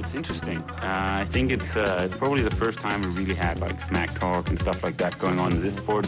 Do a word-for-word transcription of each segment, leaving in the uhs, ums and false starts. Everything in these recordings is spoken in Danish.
It's interesting. Uh, I think it's uh, it's probably the first time we really had like smack talk and stuff like that going on in this sport.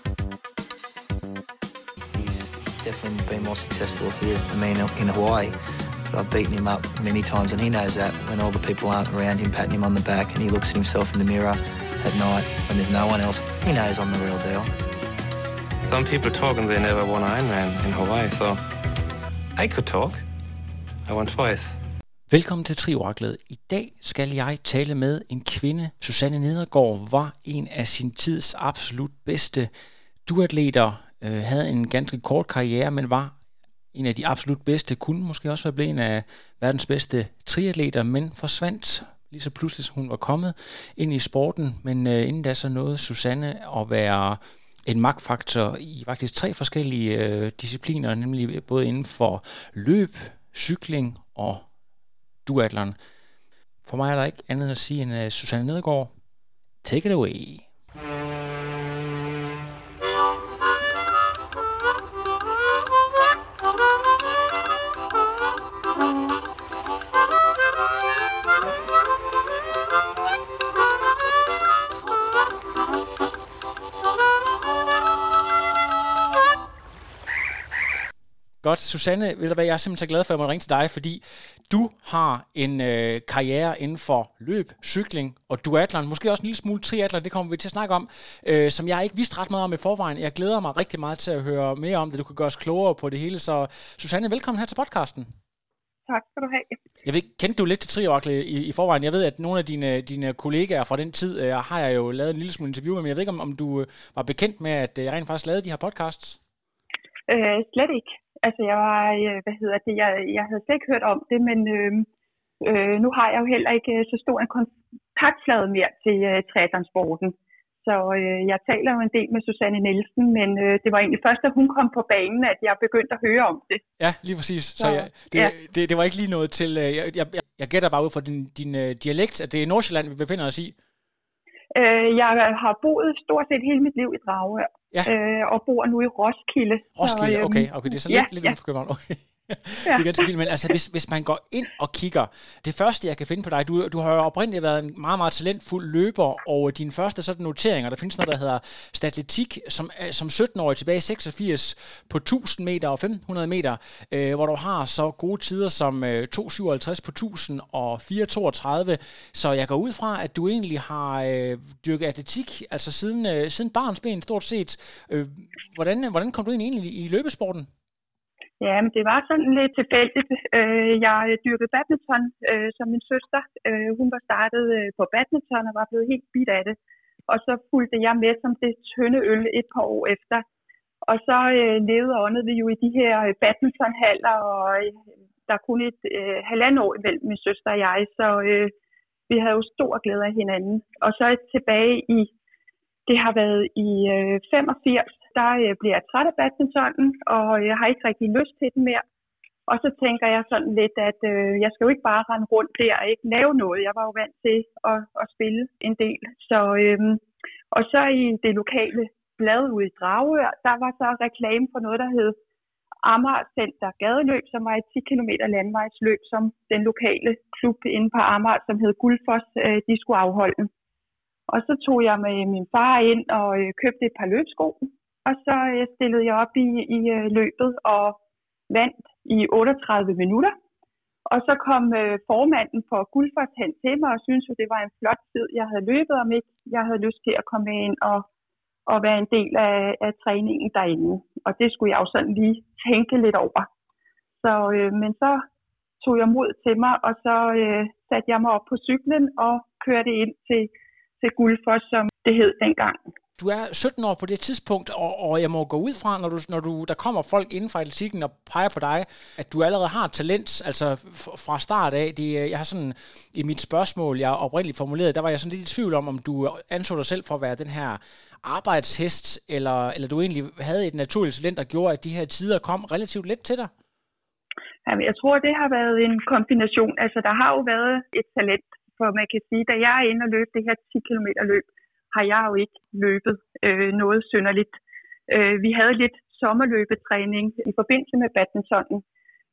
He's definitely been more successful here than me in Hawaii. But I've beaten him up many times, and he knows that when all the people aren't around him patting him on the back and he looks at himself in the mirror at night when there's no one else, he knows I'm the real deal. Some people talk and they never won Ironman in Hawaii, so I could talk. I won twice. Velkommen til Trioraklet. I dag skal jeg tale med en kvinde. Susanne Nedergaard var en af sin tids absolut bedste duatleter, øh, havde en ganske kort karriere, men var en af de absolut bedste, kunne måske også være blevet en af verdens bedste triatleter, men forsvandt lige så pludselig, som hun var kommet ind i sporten. Men øh, inden da så nåede Susanne at være en magtfaktor i faktisk tre forskellige øh, discipliner, nemlig både inden for løb, cykling og duatlon. For mig er der ikke andet at sige end uh, Susanne Nedergaard. Take it away. Godt, Susanne, ved du hvad, jeg er simpelthen så glad for, at jeg må ringe til dig, fordi du har en øh, karriere inden for løb, cykling og duatlon, måske også en lille smule triatlon, det kommer vi til at snakke om, øh, som jeg ikke vidste ret meget om i forvejen. Jeg glæder mig rigtig meget til at høre mere om det, du kan gøre os klogere på det hele, så Susanne, velkommen her til podcasten. Tak skal du have. Jeg ved, kendte du lidt til Trioraklet i, i forvejen? Jeg ved, at nogle af dine, dine kollegaer fra den tid øh, har jeg jo lavet en lille smule interview med, men jeg ved ikke, om, om du øh, var bekendt med, at øh, jeg rent faktisk lavede de her podcasts? Øh, slet ikke. Altså, jeg var, hvad hedder det, jeg, jeg havde slet ikke hørt om det, men øh, øh, nu har jeg jo heller ikke så stor en kontaktflade mere til øh, triathlonsporten. Så øh, jeg taler jo en del med Susanne Nielsen, men øh, det var egentlig først, da hun kom på banen, at jeg begyndte at høre om det. Ja, lige præcis. Så, så jeg, det, ja. det, det var ikke lige noget til, øh, jeg, jeg, jeg gætter bare ud fra din, din uh, dialekt, at det er Nordsjælland, vi befinder os i. Øh, jeg har boet stort set hele mit liv i Dragør. Ja. Øh, og bor nu i Roskilde. Roskilde, så, øhm, okay, okay, det er så lidt, ja, lidt ja. uforkøberen. Okay. Ja. Det er ganske vildt, men altså hvis, hvis man går ind og kigger, det første jeg kan finde på dig, du, du har jo oprindeligt været en meget, meget talentfuld løber, og dine første sådan noteringer, der findes noget, der hedder Statletik, som, som sytten-årig tilbage i seksogfirs på tusind meter og femten hundrede meter, øh, hvor du har så gode tider som øh, to syvoghalvtreds på tusind og fire toogtredive, så jeg går ud fra, at du egentlig har øh, dyrket atletik, altså siden, øh, siden barnsben stort set. Øh, hvordan, hvordan kom du ind egentlig i løbesporten? Ja, men det var sådan lidt tilfældigt. Jeg dyrkede badminton som min søster. Hun var startet på badminton og var blevet helt bidt af det. Og så fulgte jeg med som det tynde øl et par år efter. Og så levede og åndede vi jo i de her badmintonhaller, og der er kun et øh, halvandet år imellem min søster og jeg, så øh, vi havde jo stor glæde af hinanden. Og så tilbage i, det har været i øh, femogfirs, der øh, bliver jeg træt af badmintonen, og jeg har ikke rigtig lyst til den mere. Og så tænker jeg sådan lidt, at øh, jeg skal jo ikke bare rende rundt der og ikke lave noget. Jeg var jo vant til at, at spille en del. Så, øh, og så i det lokale blad ude i Dragør, der var så reklame for noget, der hed Amager Center Gadeløb, som var et ti kilometer landevejsløb, som den lokale klub inde på Amager, som hed Guldfoss, øh, de skulle afholde. Og så tog jeg med min far ind og øh, købte et par løbsko, og så øh, stillede jeg op i, i øh, løbet og vandt i otteogtredive minutter. Og så kom øh, formanden for Guldfoss hen til mig og syntes, at det var en flot tid, jeg havde løbet, om ikke jeg havde lyst til at komme ind og, og være en del af, af træningen derinde. Og det skulle jeg jo sådan lige tænke lidt over. Så, øh, men så tog jeg mod til mig, og så øh, satte jeg mig op på cyklen og kørte ind til, til Guldfoss, som det hed dengang. Du er sytten år på det tidspunkt, og, og jeg må gå ud fra, når, du, når du, der kommer folk inden for atletikken og peger på dig, at du allerede har talent, altså fra start af. Det, jeg har sådan, i mit spørgsmål, jeg oprindeligt formuleret, der var jeg sådan lidt i tvivl om, om du anså dig selv for at være den her arbejdshest, eller, eller du egentlig havde et naturligt talent, der gjorde, at de her tider kom relativt let til dig? Jamen, jeg tror, det har været en kombination. Altså, der har jo været et talent, for man kan sige, da jeg er inde og løb det her ti kilometer løb, har jeg jo ikke løbet øh, noget synderligt. Øh, vi havde lidt sommerløbetræning i forbindelse med badmintonen,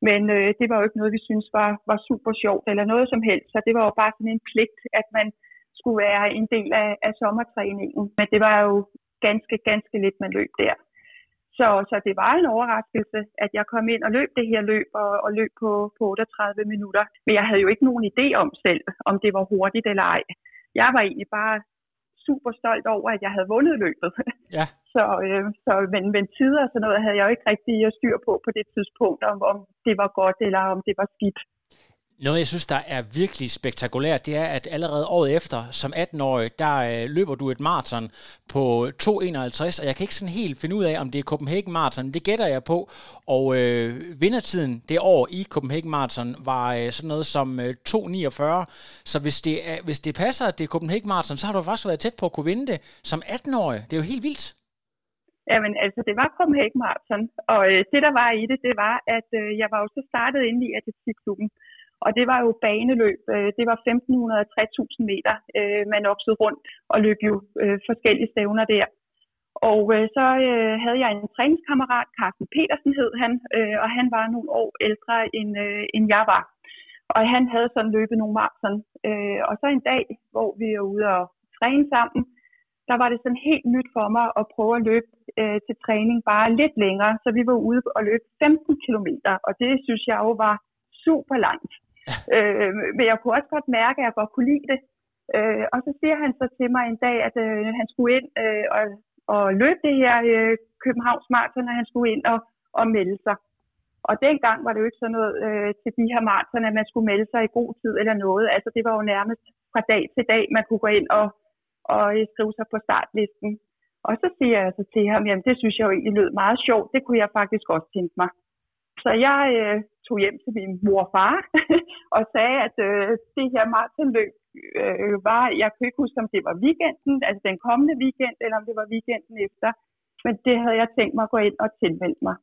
Men øh, det var jo ikke noget, vi synes var, var super sjovt eller noget som helst. Så det var jo bare sådan en pligt, at man skulle være en del af, af sommertræningen. Men det var jo ganske, ganske lidt, man løb der. Så, så det var en overraskelse, at jeg kom ind og løb det her løb, og, og løb på, på otteogtredive minutter. Men jeg havde jo ikke nogen idé om selv, om det var hurtigt eller ej. Jeg var egentlig bare super stolt over, at jeg havde vundet løbet. Ja. så, øh, så, men, men tider og sådan noget havde jeg jo ikke rigtig styr på på det tidspunkt, om, om det var godt eller om det var skidt. Noget, jeg synes, der er virkelig spektakulært, det er, at allerede året efter, som atten-årig, der øh, løber du et maraton på to enoghalvtreds, og jeg kan ikke sådan helt finde ud af, om det er Copenhagen Marathon. Det gætter jeg på, og øh, vindertiden det år i Copenhagen Marathon var øh, sådan noget som øh, to niogfyrre. Så hvis det, er, hvis det passer, at det er Copenhagen Marathon, så har du faktisk været tæt på at kunne vinde det som atten-årig. Det er jo helt vildt. Jamen altså, det var Copenhagen Marathon, og øh, det der var i det, det var, at øh, jeg var jo så startet inde i atletikklubben. Og det var jo baneløb. Det var femten hundrede og tre tusind meter, man oksede rundt og løb jo forskellige stævner der. Og så havde jeg en træningskammerat, Carsten Petersen hed han, og han var nogle år ældre end, end jeg var. Og han havde sådan løbet nogle maraton. Og så en dag, hvor vi var ude og træne sammen, der var det sådan helt nyt for mig at prøve at løbe til træning bare lidt længere. Så vi var ude og løbe femten kilometer, og det synes jeg jo var super langt. øh, men jeg kunne også godt mærke, at jeg godt kunne lide det. Øh, og så siger han så til mig en dag, at øh, han skulle ind øh, og, og løbe det her øh, Københavns Marathon, og han skulle ind og, og melde sig. Og dengang var det jo ikke sådan noget øh, til de her marathon, at man skulle melde sig i god tid eller noget. Altså det var jo nærmest fra dag til dag, man kunne gå ind og, og skrive sig på startlisten. Og så siger jeg så til ham, jamen det synes jeg jo egentlig lød meget sjovt. Det kunne jeg faktisk også tænke mig. Så jeg øh, tog hjem til min mor og far og sagde, at øh, det her maratonløb øh, var, jeg kunne ikke huske, om det var weekenden, altså den kommende weekend, eller om det var weekenden efter. Men det havde jeg tænkt mig at gå ind og tilmelde mig.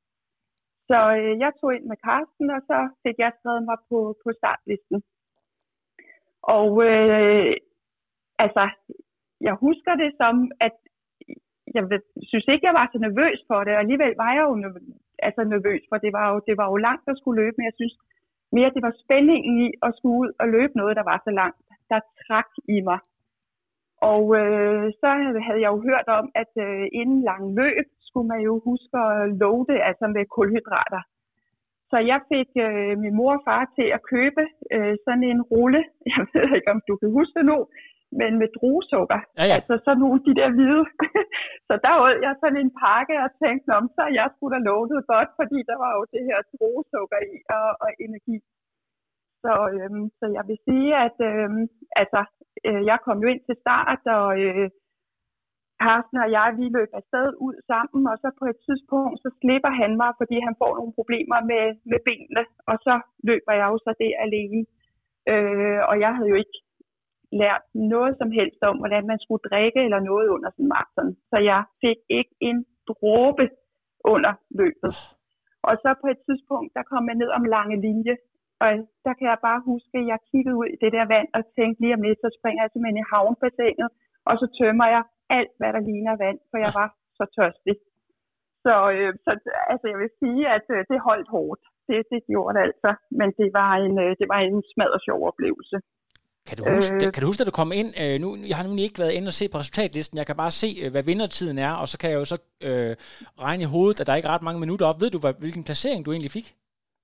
Så øh, jeg tog ind med Carsten, og så fik jeg skrevet mig på, på startlisten. Og øh, altså, jeg husker det som, at jeg synes ikke, jeg var så nervøs for det, og alligevel var jeg jo nervøs. Altså nervøs, for det var, jo, det var jo langt at skulle løbe, men jeg synes mere, det var spændingen i at skulle ud og løbe noget, der var så langt, der trak i mig. Og øh, så havde jeg jo hørt om, at øh, inden lang løb skulle man jo huske at loade, altså med kulhydrater. Så jeg fik øh, min mor og far til at købe øh, sådan en rulle, jeg ved ikke, om du kan huske det nu, men med druesukker. Ja, ja. Altså sådan nogle de der hvide. Så der åd jeg sådan en pakke og tænkte, om så jeg skulle da lovet godt, fordi der var jo det her druesukker i og, og energi. Så, øhm, så jeg vil sige, at øhm, altså, øh, jeg kom jo ind til start, og øh, Carsten og jeg, vi løb afsted ud sammen, og så på et tidspunkt, så slipper han mig, fordi han får nogle problemer med, med benene, og så løber jeg jo så det alene. Øh, og jeg havde jo ikke lært noget som helst om, hvordan man skulle drikke eller noget under sådan en maraton. Så jeg fik ikke en dråbe under løbet. Og så på et tidspunkt, der kom jeg ned om lange linje, og der kan jeg bare huske, at jeg kiggede ud i det der vand og tænkte lige om lidt, så springer jeg simpelthen i havnebassinet, og så tømmer jeg alt, hvad der ligner vand, for jeg var så tørstig. Så, øh, så altså, jeg vil sige, at øh, det holdt hårdt. Det, det gjorde det altså, men det var en, øh, det var en smadret sjov oplevelse. Kan du huske, øh, kan du huske, at du kom ind? Øh, nu, jeg har nemlig ikke været inde og se på resultatlisten. Jeg kan bare se, øh, hvad vindertiden er, og så kan jeg jo så øh, regne i hovedet, at der ikke er ret mange minutter op. Ved du, hvad, hvilken placering du egentlig fik?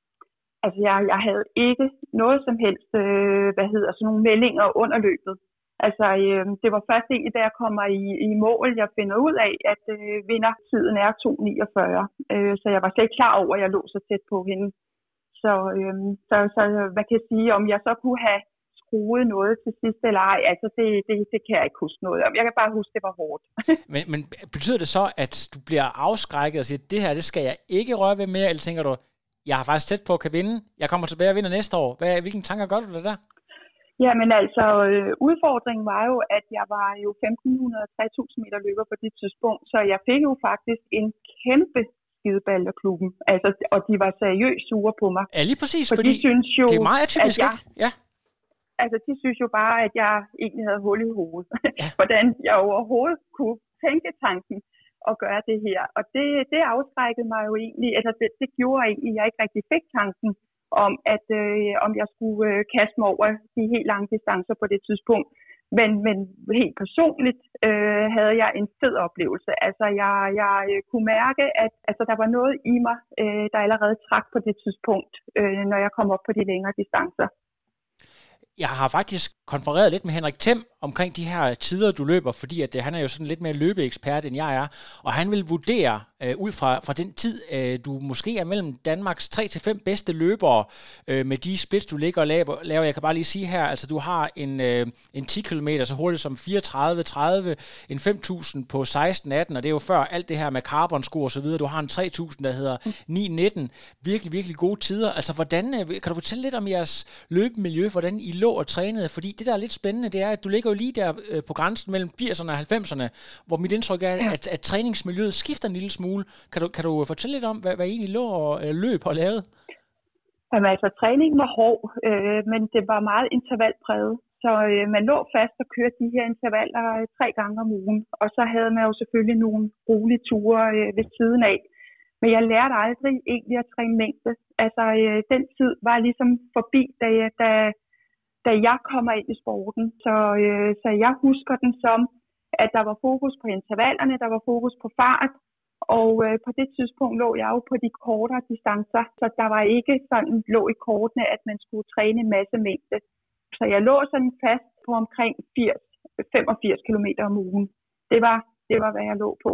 Altså, jeg, jeg havde ikke noget som helst, øh, hvad hedder, sådan nogle meldinger under løbet. Altså, øh, det var først egentlig, da jeg kommer i, i mål, jeg finder ud af, at øh, vindertiden er to niogfyrre. Øh, så jeg var slet ikke klar over, at jeg lå så tæt på hende. Så, øh, så, så hvad kan jeg sige, om jeg så kunne have skruet noget til sidst eller ej, altså det, det, det kan jeg ikke huske noget om. Jeg kan bare huske, det var hårdt. men, men betyder det så, at du bliver afskrækket og siger, det her, det skal jeg ikke røre ved mere, eller tænker du, jeg har faktisk tæt på at kan vinde, jeg kommer tilbage og vinder næste år. Hvad, hvilken tanker gør du det der? Jamen altså, øh, udfordringen var jo, at jeg var jo femten hundrede og tre tusind meter løber på det tidspunkt, så jeg fik jo faktisk en kæmpe skideball af klubben, altså, og de var seriøst sure på mig. Ja, lige præcis, for fordi de synes jo, det er meget atypisk, jeg, ikke? Ja. Altså, de synes jo bare, at jeg egentlig havde hul i hovedet. Ja. Hvordan jeg overhovedet kunne tænke tanken og gøre det her. Og det, det afskrækkede mig jo egentlig, altså det, det gjorde egentlig, at jeg ikke rigtig fik tanken om, at øh, om jeg skulle øh, kaste mig over de helt lange distancer på det tidspunkt. Men, men helt personligt øh, havde jeg en fed oplevelse. Altså, jeg, jeg kunne mærke, at altså, der var noget i mig, øh, der allerede trak på det tidspunkt, øh, når jeg kom op på de længere distancer. Jeg har faktisk konfereret lidt med Henrik Them omkring de her tider, du løber, fordi at, han er jo sådan lidt mere løbeekspert, end jeg er, og han vil vurdere øh, ud fra, fra den tid, øh, du måske er mellem Danmarks tre til fem bedste løbere øh, med de splits, du ligger og laver. Jeg kan bare lige sige her, altså du har en, øh, en ti kilometer så hurtigt som fireogtredive tredive, en fem tusind på seksten atten, og det er jo før alt det her med carbonsko og så videre. Du har en tre tusind, der hedder ni nitten. Virkelig, virkelig gode tider. Altså, hvordan, kan du fortælle lidt om jeres løbemiljø, hvordan I lå og trænede? Fordi det, der er lidt spændende, det er, at du ligger jo lige der øh, på grænsen mellem firserne og halvfemserne, hvor mit indtryk er, at, at træningsmiljøet skifter en lille smule. Kan du, kan du fortælle lidt om, hvad, hvad I egentlig lå og øh, løb og lavede? Jamen altså, træningen var hård, øh, men det var meget intervalpræget. Så øh, man lå fast og kørte de her intervaller øh, tre gange om ugen. Og så havde man jo selvfølgelig nogle rolige ture øh, ved siden af. Men jeg lærte aldrig egentlig at træne mængde. Altså, øh, den tid var ligesom forbi, da jeg, da, da jeg kommer ind i sporten. Så, øh, så jeg husker den som, at der var fokus på intervallerne, der var fokus på fart. Og øh, på det tidspunkt lå jeg jo på de kortere distancer, så der var ikke sådan, lå i kortene, at man skulle træne en masse mængde. Så jeg lå sådan fast på omkring firs til femogfirs kilometer om ugen. Det var, det var, hvad jeg lå på.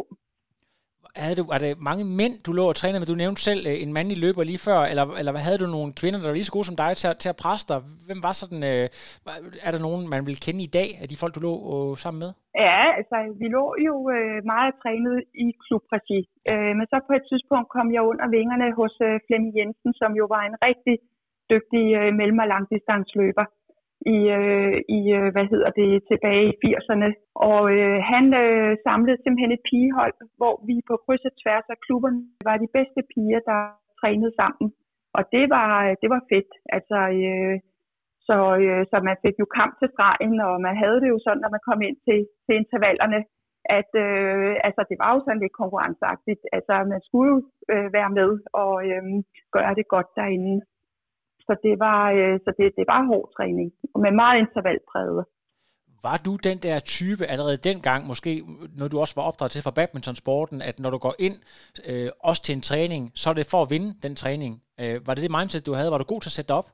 Havde du, var det mange mænd, du lå og trænede med? Du nævnte selv en mandlig løber lige før, eller, eller havde du nogle kvinder, der var lige så gode som dig til, til at presse dig? Hvem var sådan, øh, er der nogen, man vil kende i dag, af de folk, du lå øh, sammen med? Ja, altså vi lå jo øh, meget trænet i klubregi, øh, men så på et tidspunkt kom jeg under vingerne hos øh, Flemming Jensen, som jo var en rigtig dygtig øh, mellem- og langdistansløber i, øh, i øh, hvad hedder det, tilbage i firserne. Og øh, han øh, samlede simpelthen et pigehold, hvor vi på kryds og tværs af klubberne var de bedste piger, der trænede sammen. Og det var, det var fedt. Altså, øh, så, øh, så man fik jo kamp til stregen, og man havde det jo sådan, når man kom ind til, til intervallerne, at øh, altså, det var jo sådan lidt konkurrenceagtigt. Altså, man skulle jo øh, være med og øh, gøre det godt derinde. Så det var, øh, så det, det var hård træning, med meget intervalpræget. Var du den der type allerede dengang, måske når du også var opdraget til fra badmintonsporten, at når du går ind øh, også til en træning, så er det for at vinde den træning? Øh, var det det mindset, du havde? Var du god til at sætte dig op?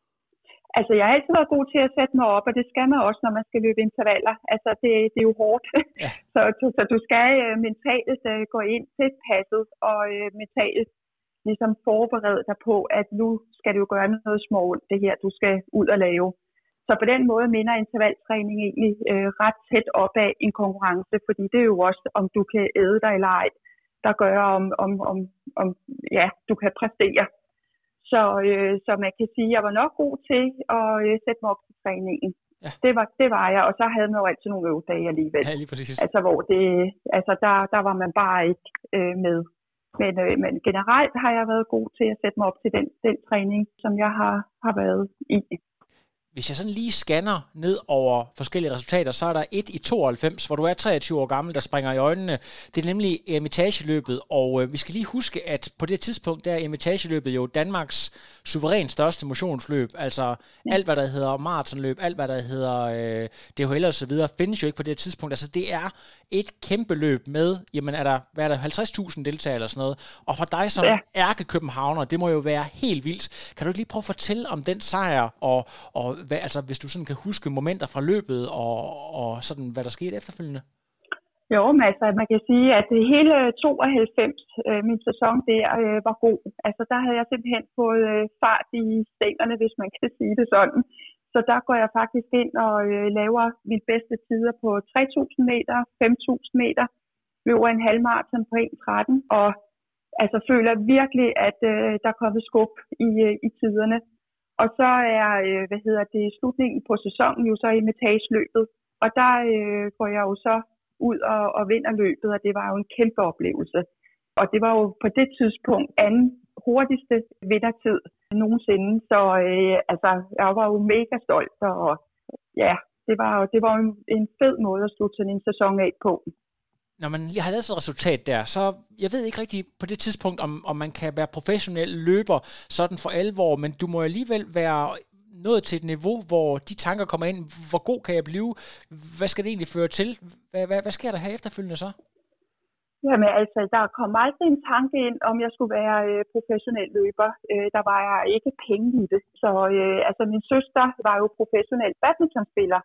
Altså, jeg har altid været god til at sætte mig op, og det skal man også, når man skal løbe intervaller. Altså, det, det er jo hårdt. Ja. så, så, så du skal øh, mentalt øh, gå ind til passet, og øh, mentalt ligesom forberede dig på, at nu skal du gøre noget småt, det her, du skal ud og lave. Så på den måde minder intervaltræning egentlig øh, ret tæt op af en konkurrence, fordi det er jo også, om du kan æde dig eller ej, der gør, om, om, om, om ja, du kan præstere. Så, øh, så man kan sige, at jeg var nok god til at øh, sætte mig op til træningen. Ja. Det, var, det var jeg, og så havde man jo altid nogle øvedage alligevel. Ja, lige præcis. Altså, hvor det, altså der, der var man bare ikke øh, med. Men, øh, men generelt har jeg været god til at sætte mig op til den, den træning, som jeg har, har været i. Hvis jeg sådan lige scanner ned over forskellige resultater, så er der et i tooghalvfems, hvor du er treogtyve år gammel, der springer i øjnene. Det er nemlig Eremitageløbet, og øh, vi skal lige huske, at på det tidspunkt der er Eremitageløbet jo Danmarks suverænt største motionsløb. Altså ja. Alt, hvad der hedder maratonløb, alt, hvad der hedder øh, D H L og så videre, findes jo ikke på det tidspunkt. Altså det er et kæmpe løb med, jamen er der, hvad er der, halvtreds tusind deltagere eller sådan noget. Og for dig som ja. ærkekøbenhavner, det må jo være helt vildt. Kan du ikke lige prøve at fortælle om den sejr, og, og hvad, altså hvis du sådan kan huske momenter fra løbet, og, og sådan, hvad der skete efterfølgende? Jo, men altså, man kan sige, at det hele tooghalvfems, øh, min sæson der, øh, var god. Altså, der havde jeg simpelthen fået øh, fart i stængerne, hvis man kan sige det sådan. Så der går jeg faktisk ind og øh, laver mine bedste tider på tre tusind meter, fem tusind meter, løber en halvmaraton på en tretten, og altså føler virkelig, at øh, der er kommet skub i, øh, i tiderne. Og så er, øh, hvad hedder det, slutningen på sæsonen jo så i Eremitageløbet, og der øh, går jeg jo så ud og, og vinder løbet, og det var jo en kæmpe oplevelse. Og det var jo på det tidspunkt anden hurtigste vindertid nogensinde, så øh, altså, jeg var jo mega stolt, og ja, det var, det var en, en fed måde at slutte sådan en sæson af på. når man lige har lavet sådan et resultat der, så jeg ved ikke rigtig på det tidspunkt, om, om man kan være professionel løber sådan for alvor, men du må alligevel være nået til et niveau, hvor de tanker kommer ind. Hvor god kan jeg blive? Hvad skal det egentlig føre til? Hvad, hvad, hvad sker der her efterfølgende så? Jamen altså, der kom aldrig en tanke ind, om jeg skulle være øh, professionel løber. Øh, der var jeg ikke penge i det. Så øh, altså, min søster var jo professionel badmintonspiller.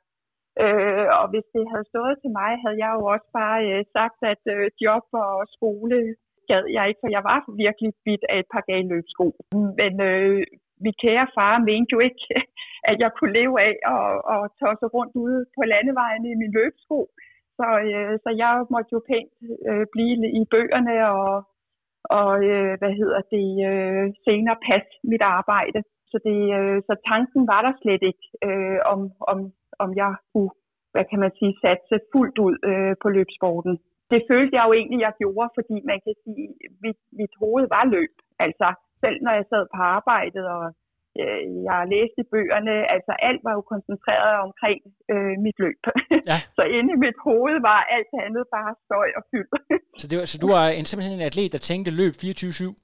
Øh, og hvis det havde stået til mig, havde jeg jo også bare øh, sagt, at øh, job og skole gad jeg ikke, for jeg var virkelig bidt af et par gale løbsko. Men øh, min kære far mente jo ikke, at jeg kunne leve af og, og tosse rundt ude på landevejen i min løbsko. Så, øh, så jeg måtte jo pænt øh, blive i bøgerne og, og øh, hvad hedder det, øh, senere passe mit arbejde. Så, det, øh, så tanken var der slet ikke, øh, om, om, om jeg kunne, hvad kan man sige, satse fuldt ud øh, på løbsporten. Det følte jeg jo egentlig, jeg gjorde, fordi man kan sige, at mit, mit hoved var løb. Altså selv når jeg sad på arbejdet og øh, jeg læste i bøgerne, altså alt var jo koncentreret omkring øh, mit løb. Ja. Så inde i mit hoved var alt andet bare støj og fyld. så, det var, så du er en, simpelthen en atlet, der tænkte løb fireogtyve syv?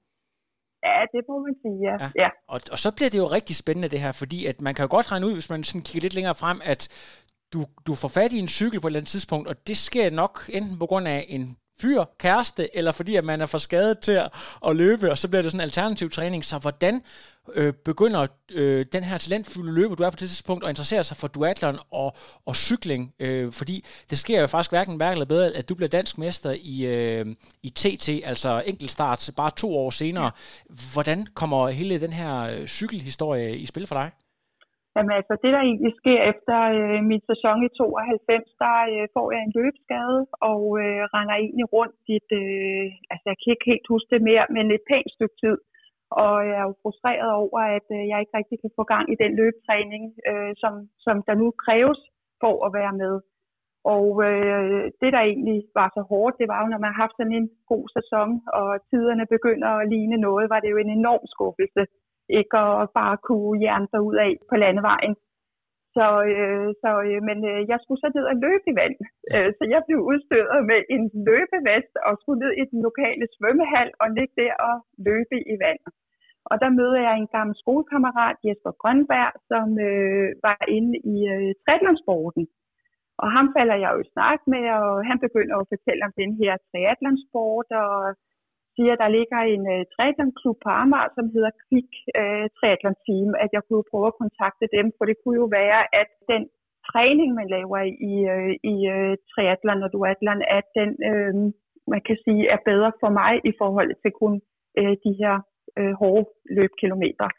Ja, det må man sige, ja. ja. ja. Og, og så bliver det jo rigtig spændende det her, fordi at man kan jo godt regne ud, hvis man sådan kigger lidt længere frem, at du, du får fat i en cykel på et eller andet tidspunkt, og det sker nok enten på grund af en fyr, kæreste, eller fordi at man er for skadet til at, at løbe, og så bliver det sådan en alternativ træning. Så hvordan øh, begynder øh, den her talentfulde løber, du er på det tidspunkt, at interessere sig for duatlon og, og cykling? Øh, fordi det sker jo faktisk hverken værre eller bedre, at du bliver dansk mester i, øh, i T T, altså enkeltstart, bare to år senere. Hvordan kommer hele den her cykelhistorie i spil for dig? Jamen altså, det der egentlig sker efter øh, min sæson i tooghalvfems, der øh, får jeg en løbeskade og øh, render egentlig rundt i et, øh, altså jeg kan ikke helt huske det mere, men et pænt stykke tid. Og jeg er jo frustreret over, at øh, jeg ikke rigtig kan få gang i den løbetræning, øh, som, som der nu kræves for at være med. Og øh, det der egentlig var så hårdt, det var jo, når man har haft sådan en god sæson, og tiderne begynder at ligne noget, var det jo en enorm skuffelse. Ikke at bare kunne jern sig ud af på landevejen. Så, øh, så, øh, men øh, jeg skulle så ned og løbe i vand. Øh, så jeg blev udstyret med en løbevest og skulle ned i den lokale svømmehal og ligge der og løbe i vand. Og der møder jeg en gammel skolekammerat, Jesper Grønberg, som øh, var inde i øh, triathlonsporten. Og ham falder jeg jo i snak med, og han begynder at fortælle om den her triathlonsport, og siger, at der ligger en uh, triathlonklub på Amager, som hedder Quick uh, Triathlon Team, at jeg kunne prøve at kontakte dem, for det kunne jo være, at den træning, man laver i, uh, i uh, triathlon og duatlon, at den, uh, man kan sige, er bedre for mig i forhold til kun uh, de her uh, hårde løbkilometer.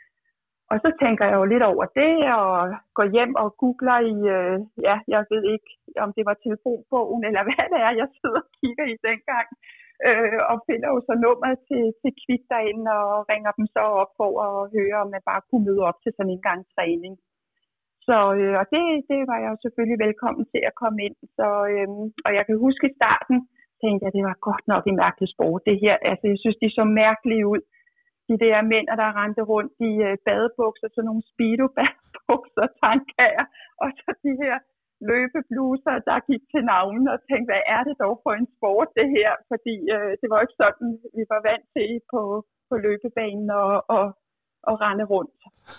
Og så tænker jeg jo lidt over det, og går hjem og googler i, uh, ja, jeg ved ikke, om det var telefonbogen, eller hvad det er, jeg sidder og kigger i dengang. Øh, og finder jo så nummeret til, til Quick derinde og ringer dem så op for at høre, om man bare kunne møde op til sådan en gang træning. Så, øh, og det, det var jeg jo selvfølgelig velkommen til at komme ind. Så, øh, og jeg kan huske i starten, tænkte jeg, det var godt nok en mærkelig sport, det her. Altså, jeg synes, de så mærkelige ud. De der mænd, der rendte rundt i øh, badebukser, sådan nogle speedo-badebukser, tankager, og så de her løbebluser, der gik til navnen og tænkte, hvad er det dog for en sport, det her? Fordi øh, det var ikke sådan, vi var vant til på, på løbebanen og, og, og rende rundt.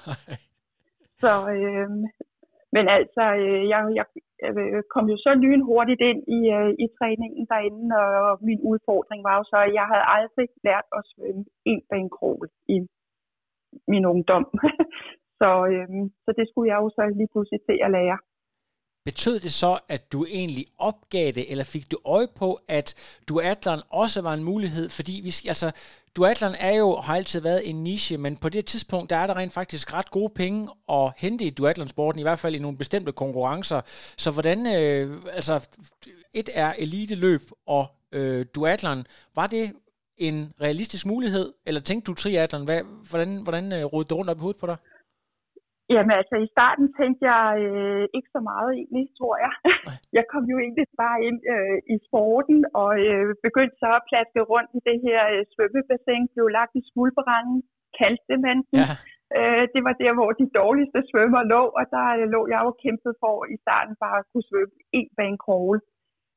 så, øh, men altså, øh, jeg, jeg kom jo så lynhurtigt ind i, øh, i træningen derinde, og min udfordring var jo så, at jeg havde aldrig lært at svømme en banekrog i min ungdom. så, øh, så det skulle jeg jo så lige pludselig til at lære. Betød det så, at du egentlig opgav det, eller fik du øje på, at duatlon også var en mulighed? Fordi vi, altså, duatlon er jo, har altid været en niche, men på det tidspunkt, der er der rent faktisk ret gode penge at hente i duatlonsporten, i hvert fald i nogle bestemte konkurrencer. Så hvordan, øh, altså, et er eliteløb og øh, duatlon, var det en realistisk mulighed? Eller tænkte du triatlon? Hvad, hvordan hvordan øh, rodede det rundt op i hovedet på dig? Jamen altså, i starten tænkte jeg øh, ikke så meget egentlig, tror jeg. Jeg kom jo egentlig bare ind øh, i sporten, og øh, begyndte så at plaske rundt i det her øh, svømmebassin, blev lagt i Smulberanden, kaldte man den. Ja. Øh, det var der, hvor de dårligste svømmer lå, og der øh, lå jeg jo kæmpet for i starten bare at kunne svømme en banekrog.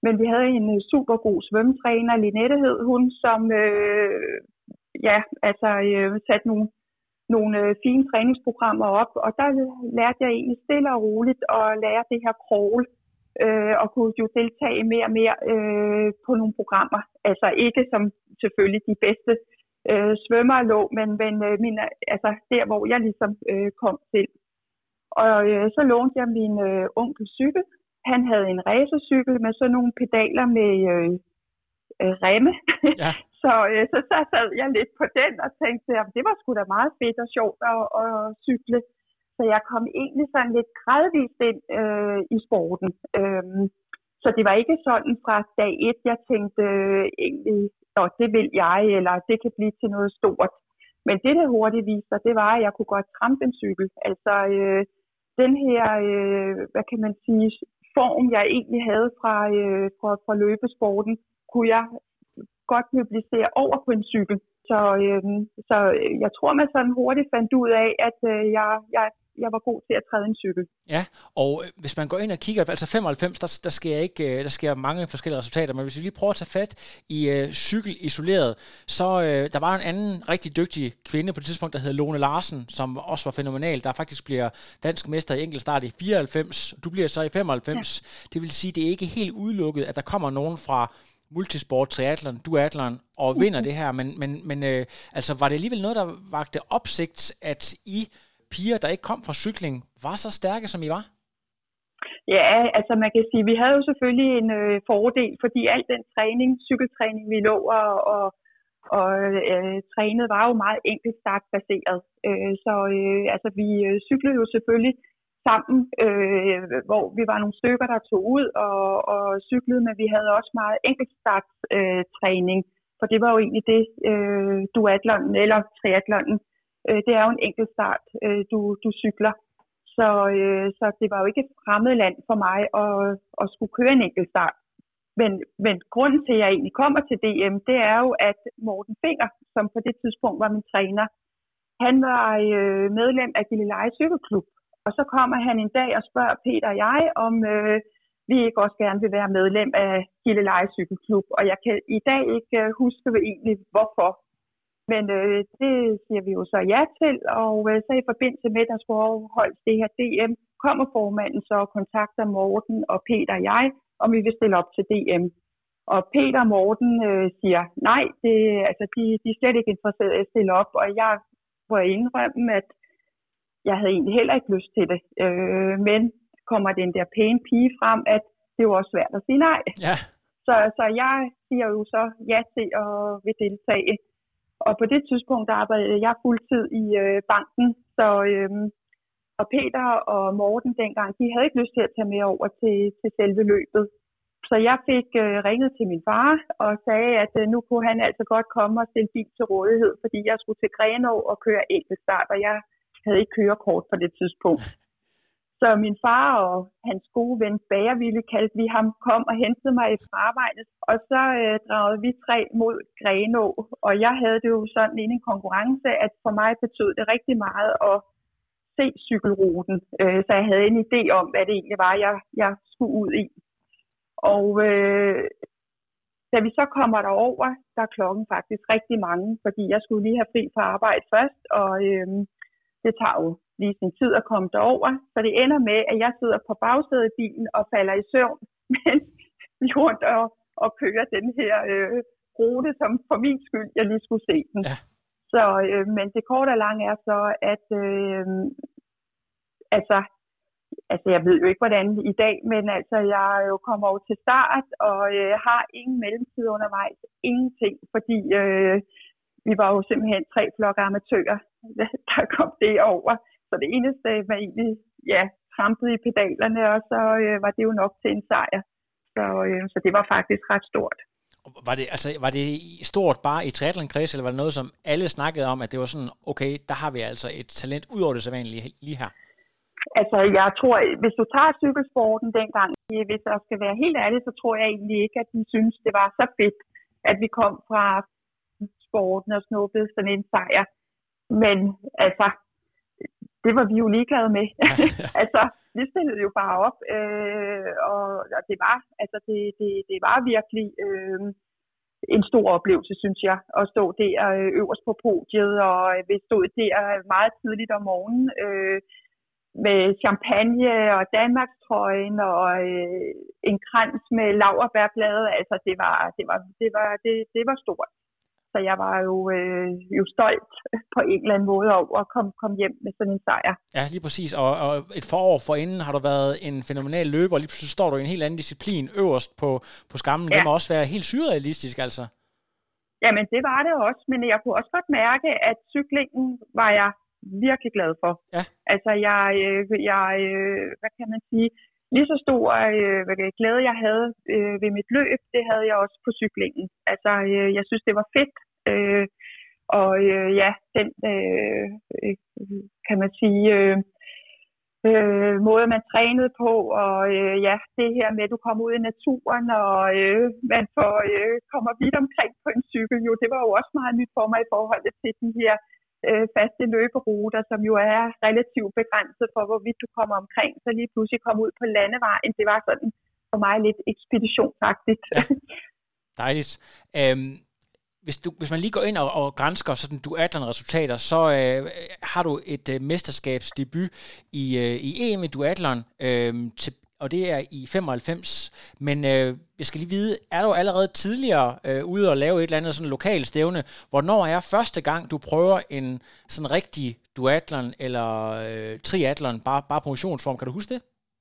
Men vi havde en super god svømmetræner, Linette hed hun, som øh, ja, altså, øh, satte nogle, nogle øh, fine træningsprogrammer op, og der lærte jeg egentlig stille og roligt at lære det her crawl, øh, og kunne jo deltage mere og mere øh, på nogle programmer. Altså ikke som selvfølgelig de bedste øh, svømmere lå, men, men øh, min, altså, der, hvor jeg ligesom øh, kom til. Og øh, så lånte jeg min øh, onkels cykel. Han havde en racercykel med sådan nogle pedaler med øh, øh, remme. Ja. så, øh, så så sad jeg lidt på den og tænkte, at det var sgu da meget fedt og sjovt at, at cykle. Så jeg kom egentlig sådan lidt gradvist ind øh, i sporten. Øhm, så det var ikke sådan fra dag et, jeg tænkte øh, egentlig, at det vil jeg, eller det kan blive til noget stort. Men det, der hurtigt viste sig, det var, at jeg kunne godt trampe en cykel. Altså øh, den her, øh, hvad kan man sige, form, jeg egentlig havde fra, øh, fra, fra løbesporten, kunne jeg godt mobilisere over på en cykel. Så, øh, så jeg tror, man sådan hurtigt fandt ud af, at øh, jeg, jeg, jeg var god til at træde en cykel. Ja, og hvis man går ind og kigger, altså femoghalvfems, der, der, sker ikke, der sker mange forskellige resultater, men hvis vi lige prøver at tage fat i øh, cykel isoleret, så øh, der var en anden rigtig dygtig kvinde på det tidspunkt, der hed Lone Larsen, som også var fænomenal, der faktisk bliver dansk mester i enkeltstart i fireoghalvfems, du bliver så i femoghalvfems, ja. Det vil sige, det er ikke helt udelukket, at der kommer nogen fra multisport, triathlon, duathlon og vinder det her, men, men, men øh, altså var det alligevel noget, der vagte opsigt, at I piger, der ikke kom fra cykling, var så stærke, som I var? Ja, altså man kan sige, vi havde jo selvfølgelig en øh, fordel, fordi al den træning, cykeltræning, vi lå og, og, og øh, trænede, var jo meget enkeltstartbaseret. Øh, så øh, altså vi øh, cyklede jo selvfølgelig sammen, øh, hvor vi var nogle stykker, der tog ud og, og cyklede, men vi havde også meget enkeltstartstræning, øh, for det var jo egentlig det, øh, duatlonen eller triatlonen, øh, det er jo en enkeltstart, øh, du, du cykler. Så, øh, så det var jo ikke et fremmed land for mig at, at skulle køre en enkeltstart. Men, men grunden til, at jeg egentlig kommer til D M, det er jo, at Morten Finger, som på det tidspunkt var min træner, han var øh, medlem af Gilleleje Cykelklub. Og så kommer han en dag og spørger Peter og jeg, om øh, vi ikke også gerne vil være medlem af Gilleleje Cykelklub. Og jeg kan i dag ikke øh, huske egentlig, hvorfor. Men øh, det siger vi jo så ja til, og øh, så i forbindelse med, at der skulle afholdes det her D M, kommer formanden så og kontakter Morten og Peter og jeg, om vi vil stille op til D M. Og Peter og Morten øh, siger nej, det, altså, de, de er slet ikke interesserede i at stille op, og jeg må indrømme, at jeg havde egentlig heller ikke lyst til det. Øh, men kommer den der pæne pige frem, at det er jo også svært at sige nej. Ja. Så, så jeg siger jo så ja til at vil deltage. Og på det tidspunkt arbejdede jeg fuldtid i øh, banken, så øh, og Peter og Morten dengang, de havde ikke lyst til at tage med over til, til selve løbet. Så jeg fik øh, ringet til min far og sagde, at øh, nu kunne han altså godt komme og stille bil til rådighed, fordi jeg skulle til Grenaa og køre enkeltstart, og jeg havde ikke kørekort på det tidspunkt. Så min far og hans gode ven Bagerville, kaldte vi ham, kom og hentede mig fra arbejdet. Og så øh, dragede vi tre mod Grenaa. Og jeg havde det jo sådan en konkurrence, at for mig betød det rigtig meget at se cykelruten. Øh, så jeg havde en idé om, hvad det egentlig var, jeg, jeg skulle ud i. Og øh, da vi så kommer derover, der er klokken faktisk rigtig mange, fordi jeg skulle lige have fri fra arbejde først, og øh, det tager jo lige sin tid at komme derover. Så det ender med, at jeg sidder på bagsædet i bilen og falder i søvn, mens vi rundt og, og kører den her øh, rute, som for min skyld, jeg lige skulle se den. Ja. Så, øh, men det korte og lange er så, at øh, altså, altså, jeg ved jo ikke, hvordan i dag, men altså, jeg jo kommer over til start, og øh, har ingen mellemtid undervejs. Ingenting, fordi øh, vi var jo simpelthen tre flokke amatører, der kom det over. Så det eneste var egentlig, ja, trampede i pedalerne, og så øh, var det jo nok til en sejr. Så, øh, så det var faktisk ret stort. Var det, altså, var det stort bare i triathlon-kreds, eller var det noget, som alle snakkede om, at det var sådan, okay, der har vi altså et talent ud over det sædvanlige lige her? Altså, jeg tror, hvis du tager cykelsporten dengang, hvis jeg skal være helt ærlig, så tror jeg egentlig ikke, at de synes, det var så fedt, at vi kom fra sporten og snuppede sådan en sejr. Men altså, det var vi jo ligeglade med. altså, vi stillede jo bare op, øh, og, og det var, altså det, det, det var virkelig øh, en stor oplevelse, synes jeg, at stå der øh, øverst på podiet, og vi stod der meget tidligt om morgenen, øh, med champagne og Danmarkstrøjen og øh, en krans med laurbærblade. Altså det var det var det var det, det var stort. Så jeg var jo øh, jo stolt på en eller anden måde over at komme komme hjem med sådan en sejr. Ja, lige præcis. Og, og et forår forinden har du været en fænomenal løber, og lige pludselig står du i en helt anden disciplin øverst på på skammen. Ja. Det må også være helt surrealistisk, altså. Jamen det var det også, men jeg kunne også godt mærke, at cyklingen var jeg virkelig glad for. Ja. Altså jeg, jeg, hvad kan man sige, lige så stor øh, glæde jeg havde øh, ved mit løb, det havde jeg også på cyklingen. Altså øh, jeg synes det var fedt, øh, og øh, ja, den øh, kan man sige øh, øh, måde man trænede på, og øh, ja, det her med at du kommer ud i naturen, og øh, man får, øh, kommer vidt omkring på en cykel, jo det var jo også meget nyt for mig i forhold til de her faste løberuter, som jo er relativt begrænset for, hvorvidt du kommer omkring, så lige pludselig komme ud på landevejen. Det var sådan for mig lidt ekspeditionsagtigt. Ja. Dejligt. Øhm, hvis, du, hvis man lige går ind og, og gransker sådan duatlon-resultater, så øh, har du et øh, mesterskabsdebut i, øh, i E M i duatlon øh, til og det er i femoghalvfems, men øh, jeg skal lige vide, er du allerede tidligere øh, ude og lave et eller andet sådan lokalt stævne? Hvornår er første gang, du prøver en sådan rigtig duatlon eller øh, triatlon, bare, bare på motionsform? Kan du huske det?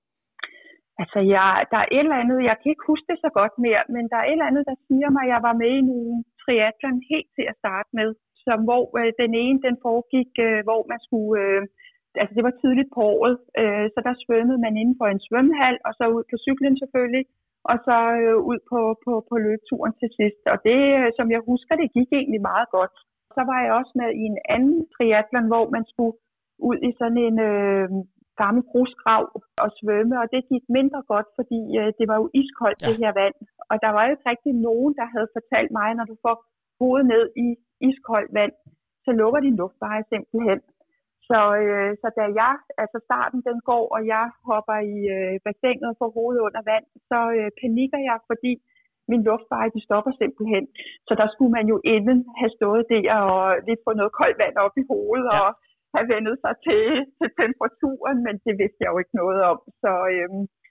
Altså, jeg, der er et eller andet, jeg kan ikke huske det så godt mere, men der er et eller andet, der siger mig, at jeg var med i nogle triatlon helt til at starte med, som, hvor øh, den ene, den foregik, øh, hvor man skulle... Øh, Altså det var tidligt på året, øh, så der svømmede man inden for en svømmehal, og så ud på cyklen selvfølgelig, og så øh, ud på, på, på løbeturen til sidst. Og det, som jeg husker, det gik egentlig meget godt. Så var jeg også med i en anden triatlon, hvor man skulle ud i sådan en øh, gammel grusgrav og svømme, og det gik mindre godt, fordi øh, det var jo iskoldt, ja. Det her vand. Og der var jo ikke rigtig nogen, der havde fortalt mig, når du får hovedet ned i iskoldt vand, så lukker din luftveje simpelthen. Så, øh, så da jeg, altså starten den går, og jeg hopper i øh, bassinet og får hovedet under vand, så øh, panikker jeg, fordi min luftveje, de stopper simpelthen. Så der skulle man jo inden have stået der og lidt få noget koldt vand op i hovedet, ja. Og have vendet sig til, til temperaturen, men det vidste jeg jo ikke noget om. Så øh,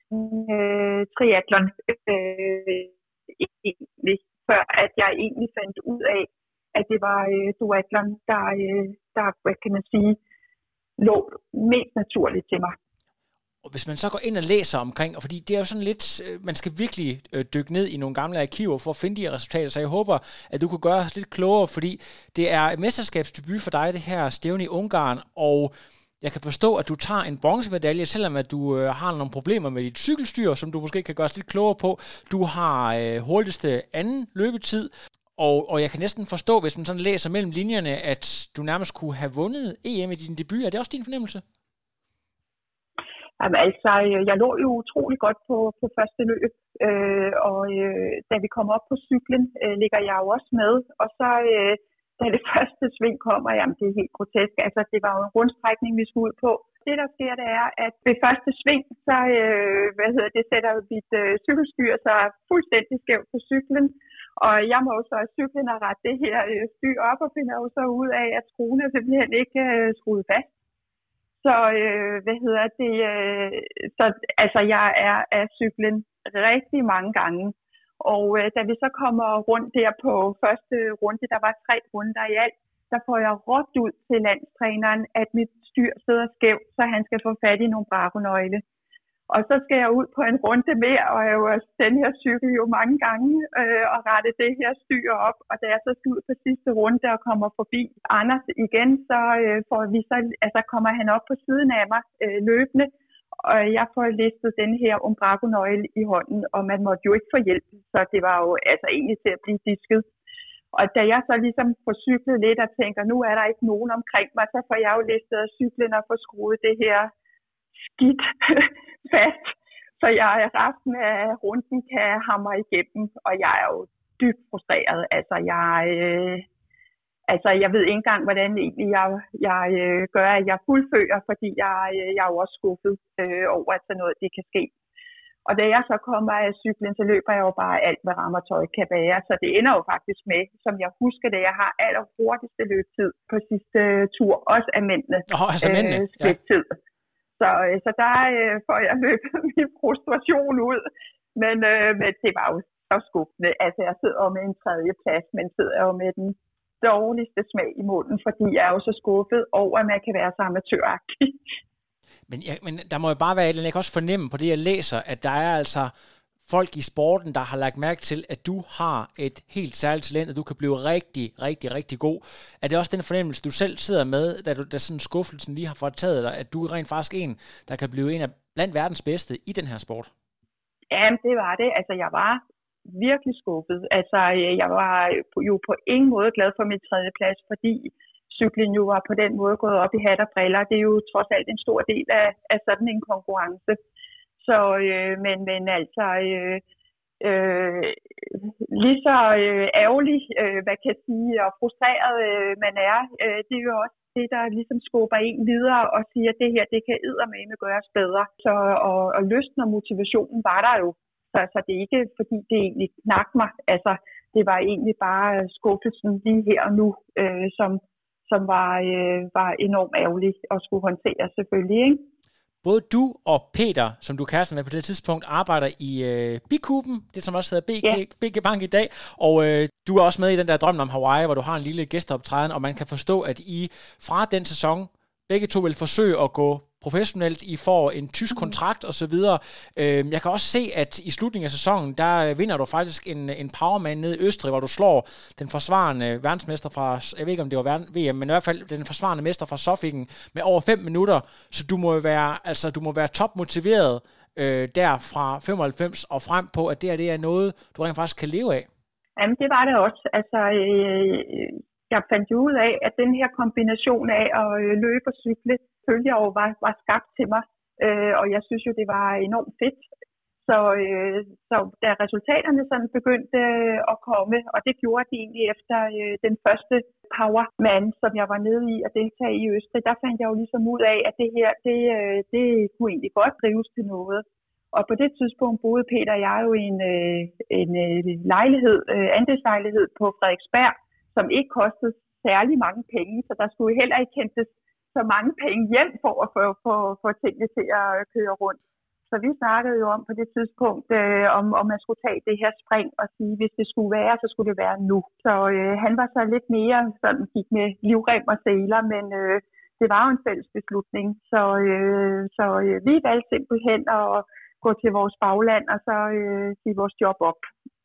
øh, triatlon, øh, egentlig, før at jeg egentlig fandt ud af, at det var øh, duatlon, der, øh, der, hvad kan man sige, lå mest naturligt til mig. Og hvis man så går ind og læser omkring, og fordi det er jo sådan lidt, man skal virkelig øh, dykke ned i nogle gamle arkiver for at finde de her resultater, så jeg håber, at du kunne gøre os lidt klogere, fordi det er et mesterskabsdebut for dig, det her stævne i Ungarn, og jeg kan forstå, at du tager en bronzemedalje, selvom at du øh, har nogle problemer med dit cykelstyr, som du måske kan gøre os lidt klogere på. Du har øh, hurtigste anden løbetid, Og, og jeg kan næsten forstå, hvis man sådan læser mellem linjerne, at du nærmest kunne have vundet E M i din debut. Er det også din fornemmelse? Jamen, altså, jeg lå jo utrolig godt på, på første løb, øh, og øh, da vi kom op på cyklen, øh, ligger jeg jo også med. Og så, øh, da det første sving kommer, jamen det er helt grotesk. Altså, det var jo en rundstrækning, vi skulle ud på. Det, der sker, det er, at ved første sving, så øh, hvad hedder det, sætter mit øh, cykelstyr sig fuldstændig skævt på cyklen. Og jeg må jo så i cyklen og rette det her øh, styr op, og finder jo så ud af, at skruen er simpelthen ikke øh, skruet fast. Så, øh, hvad hedder det, øh, så altså, jeg er af cyklen rigtig mange gange. Og øh, da vi så kommer rundt der på første runde, der var tre runder i alt, der får jeg råbt ud til landstræneren, at mit styr sidder skævt, så han skal få fat i nogle brakonøgle. Og så skal jeg ud på en runde mere, og jeg har jo den her cykel jo mange gange, øh, og rette det her styr op. Og da jeg så skal ud på sidste runde og kommer forbi Anders igen, så, øh, får vi så altså, kommer han op på siden af mig øh, løbende, og jeg får listet den her umbrakonøgle i hånden, og man måtte jo ikke få hjælp, så det var jo altså egentlig til at blive disket. Og da jeg så ligesom får cyklet lidt og tænker, nu er der ikke nogen omkring mig, så får jeg jo listet af cyklen og får skruet det her skidt fast, så jeg resten af runden kan hamre igennem, og jeg er jo dybt frustreret. Altså, jeg, øh, altså, jeg ved ikke engang, hvordan egentlig jeg, jeg øh, gør, at jeg fuldfører, fordi jeg, øh, jeg er jo også skuffet øh, over, at sådan noget det kan ske. Og da jeg så kommer af cyklen, så løber jeg jo bare alt, hvad rammertøj kan være. Så det ender jo faktisk med, som jeg husker det, jeg har aller hurtigste løbetid på sidste tur, også af mændene. Åh, altså mændene, øh, ja. Så, øh, så der øh, får jeg løbet min frustration ud. Men, øh, men det var jo så skuffende. Altså, jeg sidder jo med en tredje plads, men sidder jo med den dårligste smag i munden, fordi jeg er jo så skuffet over, at man kan være så amatøragtig. Men, ja, men der må jo bare være et eller andet, jeg kan også fornemme på det, jeg læser, at der er altså folk i sporten, der har lagt mærke til, at du har et helt særligt talent, og du kan blive rigtig, rigtig, rigtig god. Er det også den fornemmelse, du selv sidder med, da, du, da sådan skuffelsen lige har fortaget dig, at du er rent faktisk en, der kan blive en af blandt verdens bedste i den her sport? Jamen, det var det. Altså, jeg var virkelig skuffet. Altså, jeg var jo på ingen måde glad for min tredje plads, fordi cyklen jo var på den måde gået op i hat og briller. Det er jo trods alt en stor del af, af sådan en konkurrence. Så, øh, men, men altså, øh, øh, lige så øh, ærgerlig, øh, hvad kan jeg sige, og frustreret øh, man er, øh, det er jo også det, der ligesom skubber en videre og siger, at det her, det kan eddermame gøres bedre. Så, og, og lysten og motivationen var der jo. Så, så det er ikke, fordi det egentlig knak mig. Altså, det var egentlig bare skuffelsen lige her og nu, øh, som som var, øh, var enormt ærgerligt at skulle håndtere selvfølgelig, ikke? Både du og Peter, som du er kæreste med på det tidspunkt, arbejder i øh, Bikuben, det som også hedder B G, yeah. B G Bank i dag, og øh, du er også med i den der Drømmen om Hawaii, hvor du har en lille gæsteoptræden, og man kan forstå, at I fra den sæson begge to vil forsøge at gå professionelt, I får en tysk kontrakt og så videre. Øh, jeg kan også se, at i slutningen af sæsonen, der vinder du faktisk en, en powerman nede i Østrig, hvor du slår den forsvarende verdensmester fra, jeg ved ikke om det var V M, men i hvert fald den forsvarende mester fra Zofingen med over fem minutter, så du må jo være, altså du må være topmotiveret øh, der fra femoghalvfems og frem på, at det her det er noget, du rent faktisk kan leve af. Jamen det var det også. Altså øh, jeg fandt jo ud af, at den her kombination af at løbe og cykle følger jo var, var skabt til mig, øh, og jeg synes jo, det var enormt fedt. Så, øh, så da resultaterne sådan begyndte øh, at komme, og det gjorde de egentlig efter øh, den første Powerman, som jeg var nede i at deltage i Østrig, der fandt jeg jo ligesom ud af, at det her, det, øh, det kunne egentlig godt drives til noget. Og på det tidspunkt boede Peter og jeg jo i en, øh, en øh, lejlighed, øh, andelslejlighed på Frederiksberg, som ikke kostede særlig mange penge, så der skulle heller ikke hentes så mange penge hjem for at få, få, få tingene til at køre rundt. Så vi snakkede jo om på det tidspunkt, øh, om, om man skulle tage det her spring og sige, hvis det skulle være, så skulle det være nu. Så øh, han var så lidt mere sådan, gik med livrem og seler, men øh, det var jo en fælles beslutning. Så, øh, så øh, vi valgte simpelthen at gå til vores bagland og så øh, sige vores job op.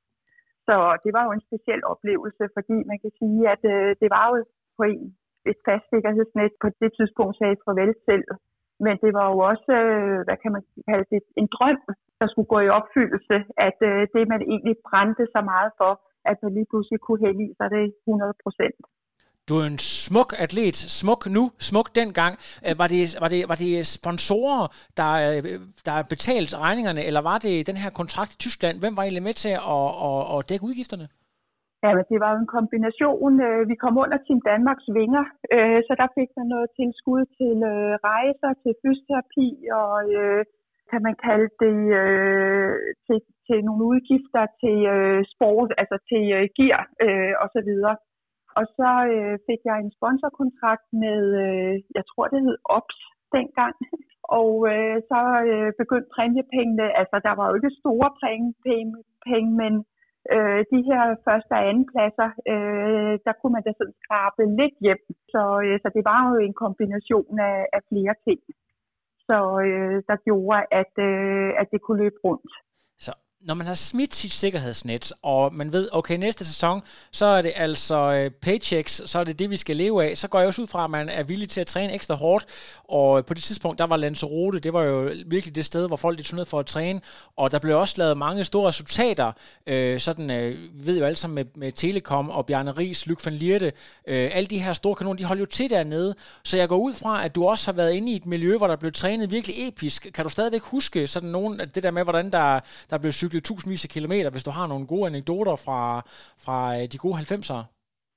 Så det var jo en speciel oplevelse, fordi man kan sige, at øh, det var jo på en, et fast sikkerhedsnet på det tidspunkt sagde farvel selv. Men det var jo også, øh, hvad kan man kalde det, en drøm, der skulle gå i opfyldelse, at øh, det man egentlig brændte så meget for, at man lige pludselig kunne hellige sig det hundrede procent. Du er en smuk atlet, smuk nu, smuk dengang. Var det, var det, var det sponsorer, der, der betalte regningerne, eller var det den her kontrakt i Tyskland? Hvem var egentlig med til at, at, at dække udgifterne? Ja, men det var jo en kombination. Vi kom under Team Danmarks vinger, så der fik man noget tilskud til rejser, til fysioterapi og kan man kalde det til, til nogle udgifter til sport, altså til gear og så videre. Og så øh, fik jeg en sponsorkontrakt med, øh, jeg tror det hed O B S dengang, og øh, så øh, begyndte præmiepengene, altså der var jo ikke store penge, penge, penge men øh, de her første og anden pladser, øh, der kunne man da sådan skrabe lidt hjem. Så, øh, så det var jo en kombination af, af flere ting, så øh, der gjorde, at, øh, at det kunne løbe rundt. Så når man har smidt sit sikkerhedsnet, og man ved, okay, næste sæson, så er det altså paychecks, så er det det, vi skal leve af, så går jeg også ud fra, at man er villig til at træne ekstra hårdt, og på det tidspunkt, der var Lanzarote, det var jo virkelig det sted, hvor folk er ned for at træne, og der blev også lavet mange store resultater, øh, sådan, øh, vi ved jo alle sammen med, med Telekom og Bjarne Riis, Luc van Lierde, øh, alle de her store kanoner, de holder jo til dernede, så jeg går ud fra, at du også har været inde i et miljø, hvor der blev trænet virkelig episk. Kan du stadigvæk huske sådan nogen, det der med, hvordan der, der blev cyklet tusindvis af kilometer, hvis du har nogle gode anekdoter fra, fra de gode halvfemsere?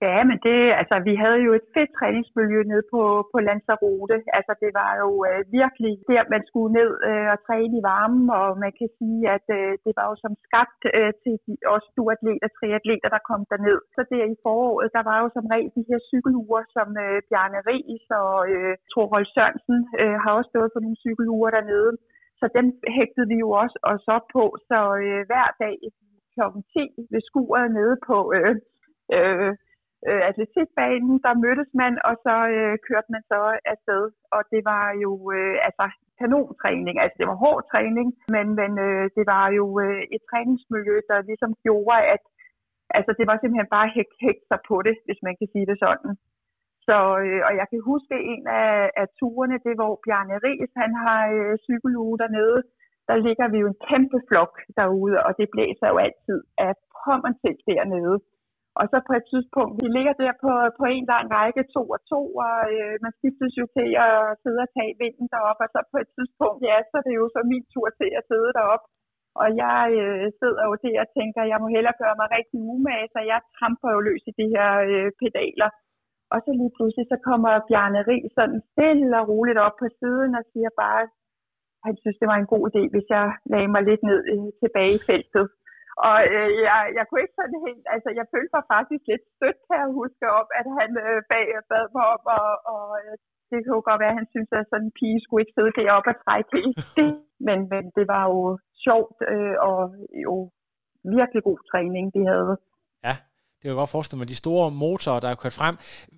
Ja, men det, altså, vi havde jo et fedt træningsmiljø nede på, på Lanzarote. Altså, det var jo øh, virkelig der, man skulle ned øh, og træne i varmen, og man kan sige, at øh, det var jo som skabt øh, til de, også stuatleter, triatleter, der kom derned. Så der i foråret, der var jo som regel de her cykelure, som øh, Bjarne Riis og øh, Torhold Sørensen øh, har også stået for nogle cykelure dernede. Så dem hægtede vi jo også os op på, så øh, hver dag klokken ti ved skuret nede på øh, øh, øh, atletikbanen, der mødtes man, og så øh, kørte man så afsted. Og det var jo øh, altså kanontræning, altså det var hård træning, men, men øh, det var jo øh, et træningsmiljø, der ligesom gjorde, at altså, det var simpelthen bare hægt, hægt sig på det, hvis man kan sige det sådan. Så, øh, og jeg kan huske en af, af turene, det hvor Bjarne Riis, han har øh, cykeluge dernede. Der ligger vi jo en kæmpe flok derude, og det blæser jo altid af pommeren til dernede. Og så på et tidspunkt, vi ligger der på, på en lang række, to og to, og øh, man skiftes jo til at sidde og tage vinden deroppe, og så på et tidspunkt, ja, så er det jo så min tur til at sidde deroppe. Og jeg øh, sidder jo der og tænker, at jeg må hellere gøre mig rigtig umage, så jeg tramper jo løs i de her øh, pedaler. Og så lige pludselig, så kommer Bjarne Riis sådan stille og roligt op på siden og siger bare, han synes, det var en god idé, hvis jeg lagde mig lidt ned øh, tilbage i feltet. Og øh, jeg, jeg kunne ikke sådan helt, altså jeg følte mig faktisk lidt stødt, kan jeg huske op, at han øh, bag bad mig op, og, og øh, det kunne godt være, at han synes, at sådan en pige skulle ikke sidde deroppe og trække i det. Men, men det var jo sjovt øh, og jo virkelig god træning, de havde. Ja, det kan jeg godt forestille mig. De store motorer, der er kørt frem.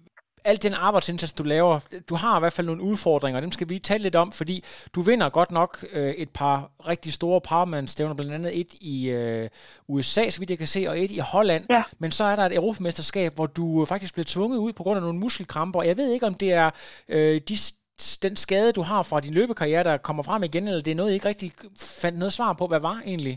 Alt den arbejdsindsats, du laver, du har i hvert fald nogle udfordringer, dem skal vi tale lidt om, fordi du vinder godt nok øh, et par rigtig store powerman-stævner, blandt andet et i øh, U S A, så vidt jeg kan se, og et i Holland, ja. Men så er der et europamesterskab, hvor du faktisk bliver tvunget ud på grund af nogle muskelkramper, og jeg ved ikke, om det er øh, de, den skade, du har fra din løbekarriere, der kommer frem igen, eller det er noget, I ikke rigtig fandt noget svar på, hvad var egentlig?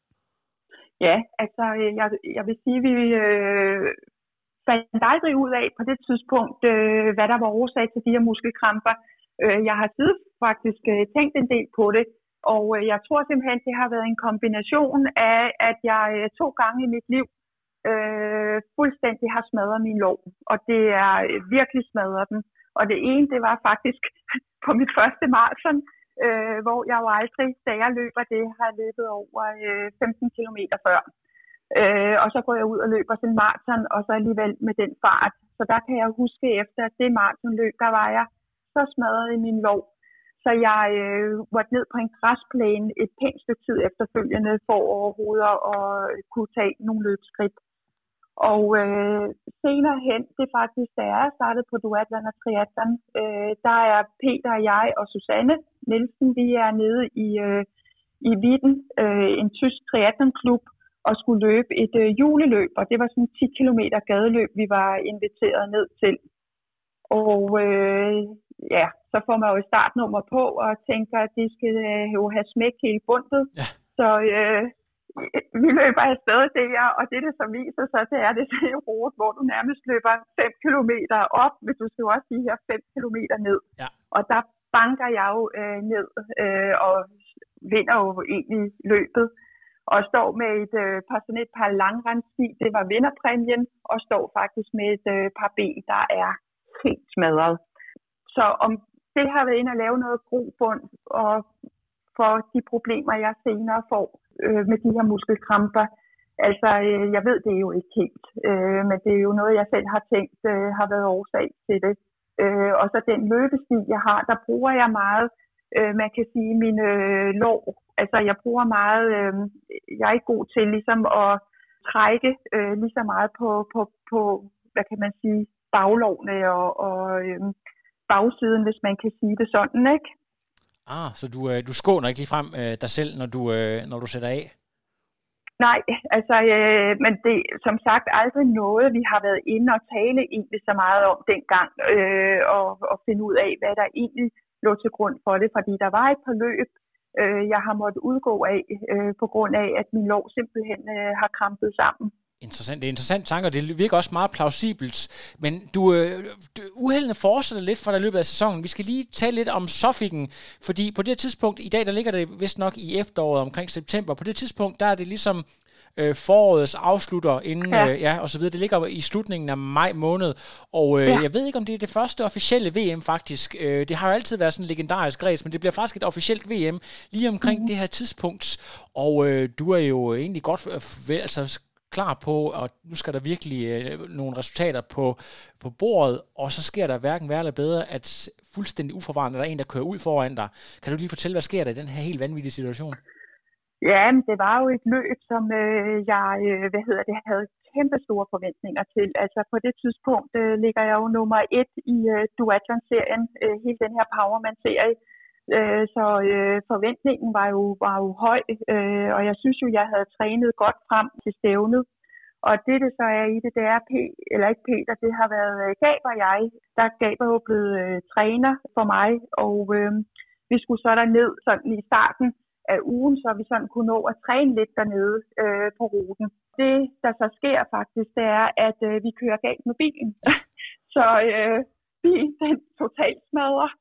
Ja, altså, jeg, jeg vil sige, vi... Øh fandt aldrig ud af på det tidspunkt, øh, hvad der var årsag til de her muskelkramper. Øh, jeg har siden faktisk øh, tænkt en del på det, og øh, jeg tror simpelthen, det har været en kombination af, at jeg øh, to gange i mit liv øh, fuldstændig har smadret min lår, og det er øh, virkelig smadret den. Og det ene, det var faktisk på mit første maraton, øh, hvor jeg jo aldrig, da jeg løber, det har jeg løbet over øh, femten kilometer før. Øh, og så går jeg ud og løber sådan en maraton, og så alligevel med den fart. Så der kan jeg huske efter det maratonløb, der var jeg så smadret i min lår. Så jeg øh, var ned på en græsplæne et pænt stykke tid efterfølgende for overhovedet at kunne tage nogle løbskridt. Og øh, senere hen, det er faktisk, da jeg startede på duatlon og triatlon, øh, der er Peter og jeg og Susanne Nielsen, vi er nede i, øh, i Witten, øh, en tysk triathlonklub, og skulle løbe et øh, juleløb, og det var sådan ti kilometer gadeløb, vi var inviteret ned til. Og øh, ja, så får man jo et startnummer på, og tænker, at de skal øh, jo have smæk hele bundet. Ja. Så øh, vi løber afsted der, og det, det så viser sig, det er det sådan en rute, hvor du nærmest løber fem kilometer op, men du skal jo også de her fem kilometer ned. Ja. Og der banker jeg jo øh, ned, øh, og vinder jo egentlig løbet. Og står med et øh, par, sådan et par langrendski, det var vinderpræmien, og står faktisk med et øh, par ben, der er helt smadret. Så om det har været inde at lave noget grobund og for de problemer, jeg senere får øh, med de her muskelkramper. Altså, øh, jeg ved det er jo ikke helt, øh, men det er jo noget, jeg selv har tænkt øh, har været årsag til det. Øh, og så den løbestil, jeg har, der bruger jeg meget, øh, man kan sige, mine øh, lår. Altså, jeg bruger meget, øh, jeg er ikke god til ligesom at trække øh, lige så meget på, på, på, hvad kan man sige, baglårene og, og øh, bagsiden, hvis man kan sige det sådan, ikke? Ah, så du, øh, du skåner ikke ligefrem øh, dig selv, når du, øh, når du sætter af? Nej, altså, øh, men det er som sagt aldrig noget, vi har været inde og tale egentlig så meget om dengang, øh, og, og finde ud af, hvad der egentlig lå til grund for det, fordi der var et par løb, øh, jeg har måttet udgå af, øh, på grund af, at min lår simpelthen øh, har krampet sammen. Interessant. Det er interessant tanker, det virker også meget plausibelt, men du, øh, du uheldene fortsætter lidt fra der løbet af sæsonen. Vi skal lige tale lidt om Sofigen, fordi på det tidspunkt, i dag der ligger det vist nok i efteråret omkring september, på det tidspunkt der er det ligesom øh, forårets afslutter inden, Ja. øh, ja, og så videre. Det ligger i slutningen af maj måned, og øh, Ja. jeg ved ikke, om det er det første officielle V M faktisk. Øh, det har jo altid været sådan en legendarisk race, men det bliver faktisk et officielt V M lige omkring mm-hmm. det her tidspunkt, og øh, du er jo egentlig godt øh, altså klar på, og nu skal der virkelig øh, nogle resultater på, på bordet, og så sker der hverken værre eller bedre, at fuldstændig uforvarende der er en, der kører ud foran dig. Kan du lige fortælle, hvad sker der i den her helt vanvittige situation? Ja, men det var jo et løb, som øh, jeg øh, hvad hedder det, havde kæmpe store forventninger til. Altså på det tidspunkt øh, ligger jeg jo nummer et i øh, duathlon-serien, øh, hele den her Powerman-serie. Øh, så øh, forventningen var jo, var jo høj, øh, og jeg synes jo, jeg havde trænet godt frem til stævnet. Og det, det så er i det, det er P, eller ikke Peter, det har været øh, Gaber jeg. Der er Gaber jo blevet øh, træner for mig, og øh, vi skulle så derned sådan i starten af ugen, så vi sådan kunne nå at træne lidt dernede øh, på ruten. Det, der så sker faktisk, det er, at øh, vi kører galt med bilen. så øh, bilen den totalt smadrer.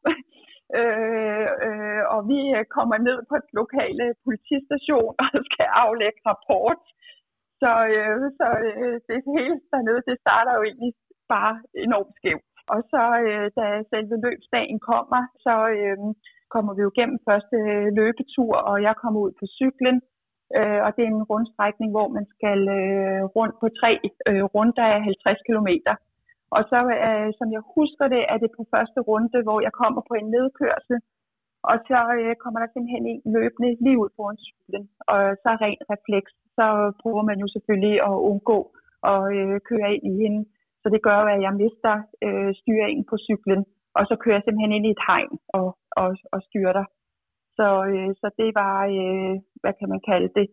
øh, øh, og vi kommer ned på et lokale politistation og skal aflægge rapport. Så, øh, så øh, det hele dernede, det starter jo egentlig bare enormt skævt. Og så øh, da selve løbsdagen kommer, så øh, kommer vi jo gennem første løbetur, og jeg kommer ud på cyklen. Øh, og det er en rundstrækning, hvor man skal øh, rundt på tre øh, runder af halvtreds kilometer. Og så, øh, som jeg husker det, er det på første runde, hvor jeg kommer på en nedkørsel. Og så øh, kommer der simpelthen en løbende lige ud foran cyklen. Og så ren refleks, så prøver man jo selvfølgelig at undgå at øh, køre ind i hende. Så det gør, at jeg mister øh, styringen på cyklen. Og så kører jeg simpelthen ind i et hegn og, og, og styrter. Så, øh, så det var, øh, hvad kan man kalde det,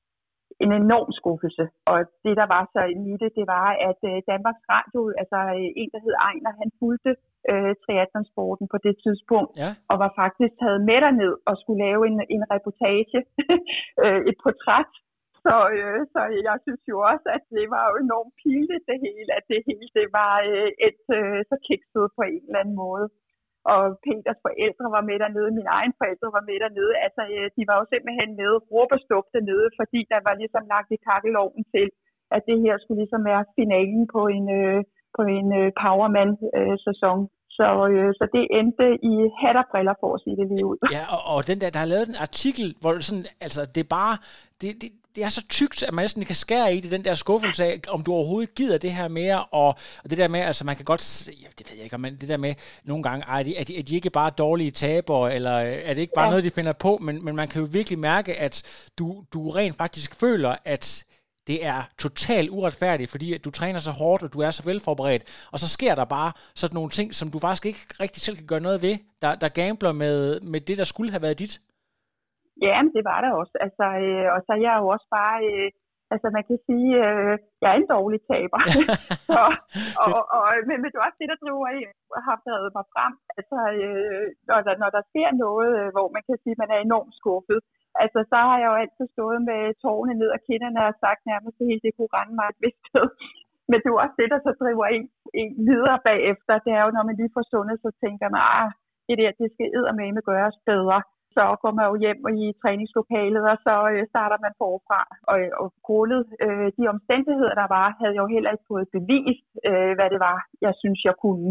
en enorm skuffelse. Og det, der var så i det, det var, at øh, Danmarks Radio, altså øh, en, der hed Ejner, han fulgte øh, triathlonsporten på det tidspunkt, ja. og var faktisk taget med derned og skulle lave en, en reportage, øh, et portræt. Så, øh, så jeg synes jo også, at det var jo enormt pinligt det hele, at det hele det var øh, et øh, så kikset på en eller anden måde. Og Peters forældre var med dernede, mine egne forældre var med dernede. Altså, øh, de var jo simpelthen nede, råbestup dernede, fordi der var ligesom lagt i kakkeloven til, at det her skulle ligesom være finalen på en, øh, på en øh, Powerman-sæson. Øh, Så, øh, så det endte i hat og briller, for at sige det lige ud. Ja, og, og den der, der har lavet en artikel, hvor det sådan, altså det er bare, det, det, det er så tykt, at man næsten kan skære i det, den der skuffelse af, om du overhovedet gider det her mere, og, og det der med, altså man kan godt, ja, det ved jeg ikke, men det der med, nogle gange, er de, er de, er de ikke bare dårlige tabere, eller er det ikke bare ja. noget, de finder på, men, men man kan jo virkelig mærke, at du, du rent faktisk føler, at det er totalt uretfærdigt, fordi at du træner så hårdt, og du er så velforberedt, og så sker der bare sådan nogle ting, som du faktisk ikke rigtig selv kan gøre noget ved, der, der gambler med, med det, der skulle have været dit. Ja, det var der også. Altså, øh, og så er jeg jo også bare, øh, altså man kan sige, øh, jeg er en dårlig taber. så, og, og, men, men det er også det, der driver i, har drevet mig frem. Altså, øh, når, der, når der sker noget, hvor man kan sige, at man er enormt skuffet, altså, så har jeg jo altid stået med tårerne ned og kinderne og sagt nærmest, at det kunne rende mig et vist sted. Men det er jo også det, der så driver en, en videre bagefter. Det er jo, når man lige får sundet, så tænker man, ah, det der, det skal eddermame gøres bedre. Så går man jo hjem i træningslokalet, og så øh, starter man forfra. Og, og grundet øh, de omstændigheder, der var, havde jeg jo heller ikke fået bevist, øh, hvad det var, jeg synes, jeg kunne.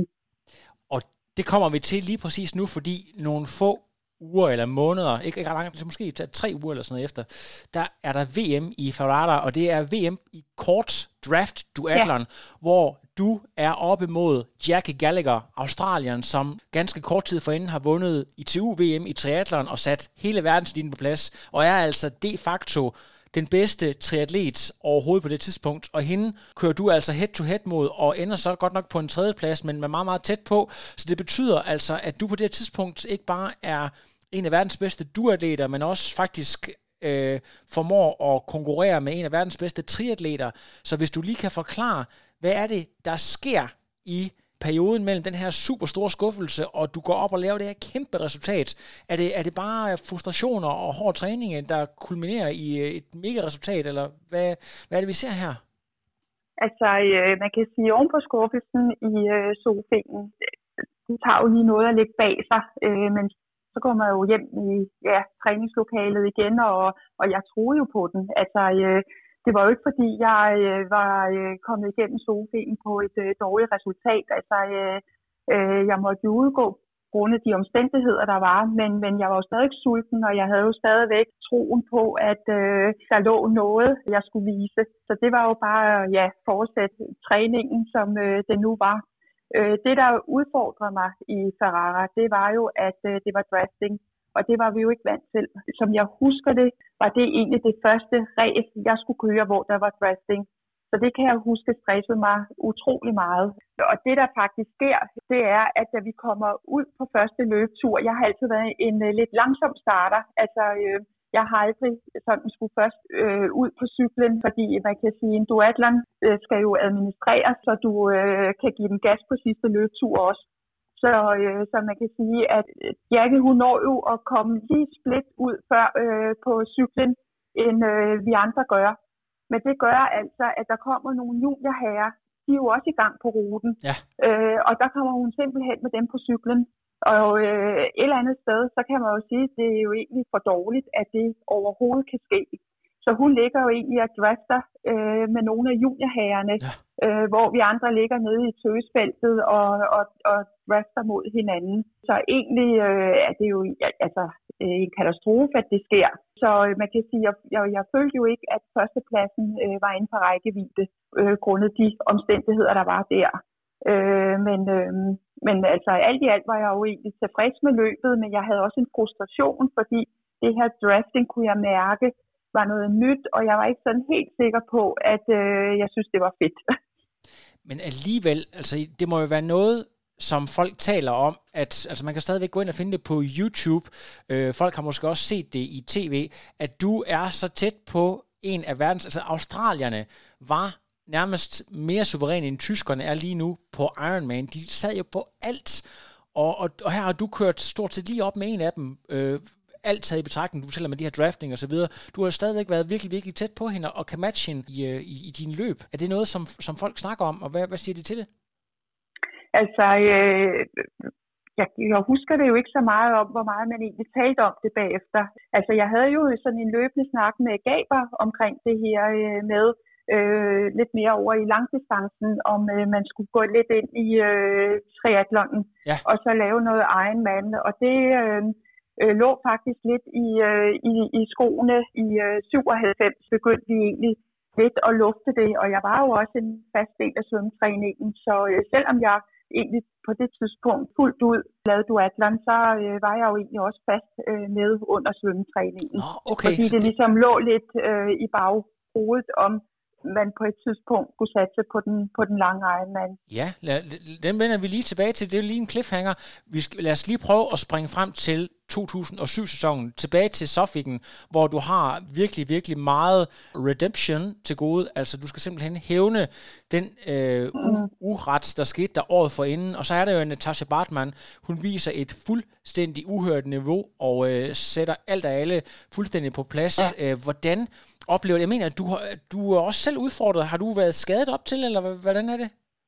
Og det kommer vi til lige præcis nu, fordi nogle få uger eller måneder, ikke, ikke langt, måske tre uger eller sådan noget efter, der er der V M i Ferrara, og det er V M i kort draft duathlon, ja. hvor du er oppe mod Jackie Gallagher, Australien, som ganske kort tid forinden har vundet I T U V M i triathlon og sat hele verdenslinjen på plads, og er altså de facto den bedste triatlet overhovedet på det tidspunkt, og hende kører du altså head-to-head mod, og ender så godt nok på en tredjeplads, men med meget, meget tæt på, så det betyder altså, at du på det tidspunkt ikke bare er en af verdens bedste duatleter, men også faktisk øh, formår at konkurrere med en af verdens bedste triatleter. Så hvis du lige kan forklare, hvad er det, der sker i perioden mellem den her super store skuffelse, og du går op og laver det her kæmpe resultat. Er det, er det bare frustrationer og hård træning, der kulminerer i et mega resultat, eller hvad, hvad er det, vi ser her? Altså, øh, man kan sige, oven på skuffelsen i øh, sofaen, det tager jo lige noget at lægge bag sig, øh, men så går man jo hjem i ja, træningslokalet igen, og, og jeg troede jo på den. Altså, øh, det var jo ikke fordi, jeg øh, var øh, kommet igennem sofaen på et øh, dårligt resultat. Altså, øh, øh, jeg måtte jo udgå grundet de omstændigheder, der var, men, men jeg var jo stadig sulten, og jeg havde jo stadigvæk troen på, at øh, der lå noget, jeg skulle vise. Så det var jo bare, ja, fortsætte træningen, som øh, det nu var. Øh, det, der udfordrede mig i Ferrara, det var jo, at øh, det var drafting, og det var vi jo ikke vant til. Som jeg husker det, var det egentlig det første ræs, jeg skulle køre, hvor der var drafting. Så det kan jeg huske stressede mig utrolig meget. Og det, der faktisk sker, det er, at da vi kommer ud på første løbetur, jeg har altid været en uh, lidt langsom starter. Altså, øh, jeg har aldrig sådan skulle først øh, ud på cyklen, fordi man kan sige, en duatlon øh, skal jo administreres, så du øh, kan give den gas på sidste løbetur også. Så, øh, så man kan sige, at Jackie, hun når jo at komme lige split ud før øh, på cyklen, end øh, vi andre gør. Men det gør altså, at der kommer nogle juniorherrer, de er jo også i gang på ruten. Ja. Øh, og der kommer hun simpelthen med dem på cyklen. Og øh, et eller andet sted, så kan man jo sige, at det er jo egentlig for dårligt, at det overhovedet kan ske. Så hun ligger jo egentlig og drafter øh, med nogle af juniorherrerne, ja. øh, hvor vi andre ligger nede i tøsfeltet og, og, og drafter mod hinanden. Så egentlig øh, er det jo altså, en katastrofe, at det sker. Så øh, man kan sige, at jeg, jeg følte jo ikke, at førstepladsen øh, var inden for rækkevidde, øh, grundet de omstændigheder, der var der. Øh, men, øh, men altså alt i alt var jeg jo egentlig tilfreds med løbet, men jeg havde også en frustration, fordi det her drafting kunne jeg mærke var noget nyt, og jeg var ikke sådan helt sikker på, at øh, jeg synes, det var fedt. Men alligevel, altså det må jo være noget, som folk taler om, at altså man kan stadigvæk gå ind og finde det på YouTube. Øh, folk har måske også set det i tv, at du er så tæt på en af verdens, altså australierne var nærmest mere suveræne end tyskerne er lige nu på Ironman. De sad jo på alt, og, og, og her har du kørt stort set lige op med en af dem, øh, alt taget i betragtning, du fortæller med de her drafting og så videre. Du har jo stadigvæk været virkelig, virkelig tæt på hende og kan matche hende i, i, i din løb. Er det noget, som, som folk snakker om, og hvad, hvad siger de til det? Altså, øh, jeg, jeg husker det jo ikke så meget om, hvor meget man egentlig talte om det bagefter. Altså, jeg havde jo sådan en løbende snak med Gaber omkring det her øh, med øh, lidt mere over i langdistancen, om øh, man skulle gå lidt ind i øh, triathlonen, ja. Og så lave noget Ironman. Og det øh, øh, lå faktisk lidt i, øh, i, i skoene i øh, syvoghalvfems, begyndte vi egentlig lidt at lufte det, og jeg var jo også en fast del af svømmetræningen, så øh, selvom jeg egentlig på det tidspunkt fuldt ud lavede duatlon, så øh, var jeg jo egentlig også fast øh, med under svømmetræningen. Oh, okay. Fordi det ligesom lå lidt øh, i baghovedet om, man på et tidspunkt kunne satse på den, på den lange Ironman. Ja, lad, den vender vi lige tilbage til. Det er jo lige en cliffhanger. Vi skal, lad os lige prøve at springe frem til to tusind og syv-sæsonen, tilbage til Zofingen, hvor du har virkelig, virkelig meget redemption til gode. Altså, du skal simpelthen hævne den øh, u- uret, der skete der året forinden. Og så er der jo Natasha Bartmann. Hun viser et fuldstændig uhørt niveau og øh, sætter alt og alle fuldstændig på plads. Ja. Øh, hvordan oplever det? Jeg mener, du, du er også selv udfordret. Har du været skadet op til, eller hvordan er det?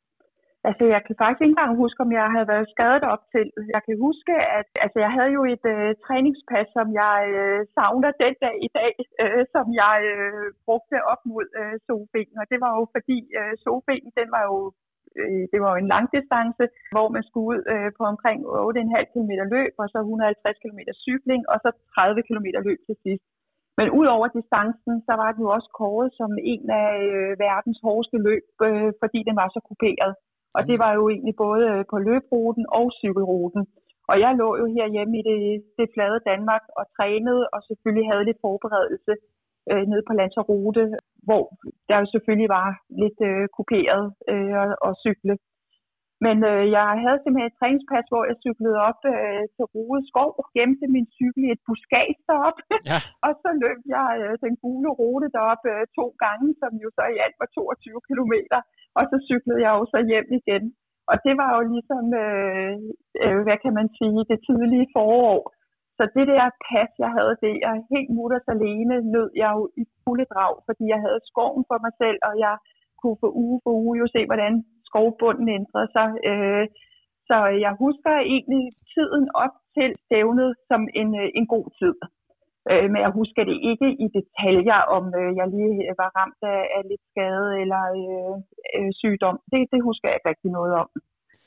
Altså, jeg kan faktisk ikke engang huske, om jeg havde været skadet op til. Jeg kan huske, at altså, jeg havde jo et øh, træningspas, som jeg øh, savner den dag i dag, øh, som jeg øh, brugte op mod øh, Zofingen. Og det var jo fordi, øh, Zofingen, den var jo, øh, det var jo en langdistance, hvor man skulle ud øh, på omkring otte komma fem kilometer løb, og så et hundrede og halvtreds kilometer cykling, og så tredive kilometer løb til sidst. Men ud over distancen, så var den jo også kåret som en af øh, verdens hårdeste løb, øh, fordi den var så kuperet. Og det var jo egentlig både på løberuten og cykelruten. Og jeg lå jo herhjemme i det, det flade Danmark og trænede, og selvfølgelig havde lidt forberedelse øh, nede på Lanzarote, hvor der jo selvfølgelig var lidt øh, kuperet øh, og, og cykle. Men øh, jeg havde simpelthen et træningspas, hvor jeg cyklede op øh, til Rude Skov, gemte min cykel i et buskage deroppe, ja. Og så løb jeg øh, den gule rute deroppe øh, to gange, som jo så i alt var toogtyve kilometer, og så cyklede jeg jo så hjem igen. Og det var jo ligesom, øh, øh, hvad kan man sige, det tidlige forår. Så det der pas, jeg havde der, helt mutters alene, nød jeg jo i fulde drag, fordi jeg havde skoven for mig selv, og jeg kunne for uge for uge jo se, hvordan skovbunden ændrede sig. Øh, så jeg husker egentlig tiden op til stævnet som en, en god tid. Øh, men jeg husker det ikke i detaljer, om øh, jeg lige var ramt af, af lidt skade eller øh, øh, sygdom. Det, det husker jeg ikke rigtig noget om.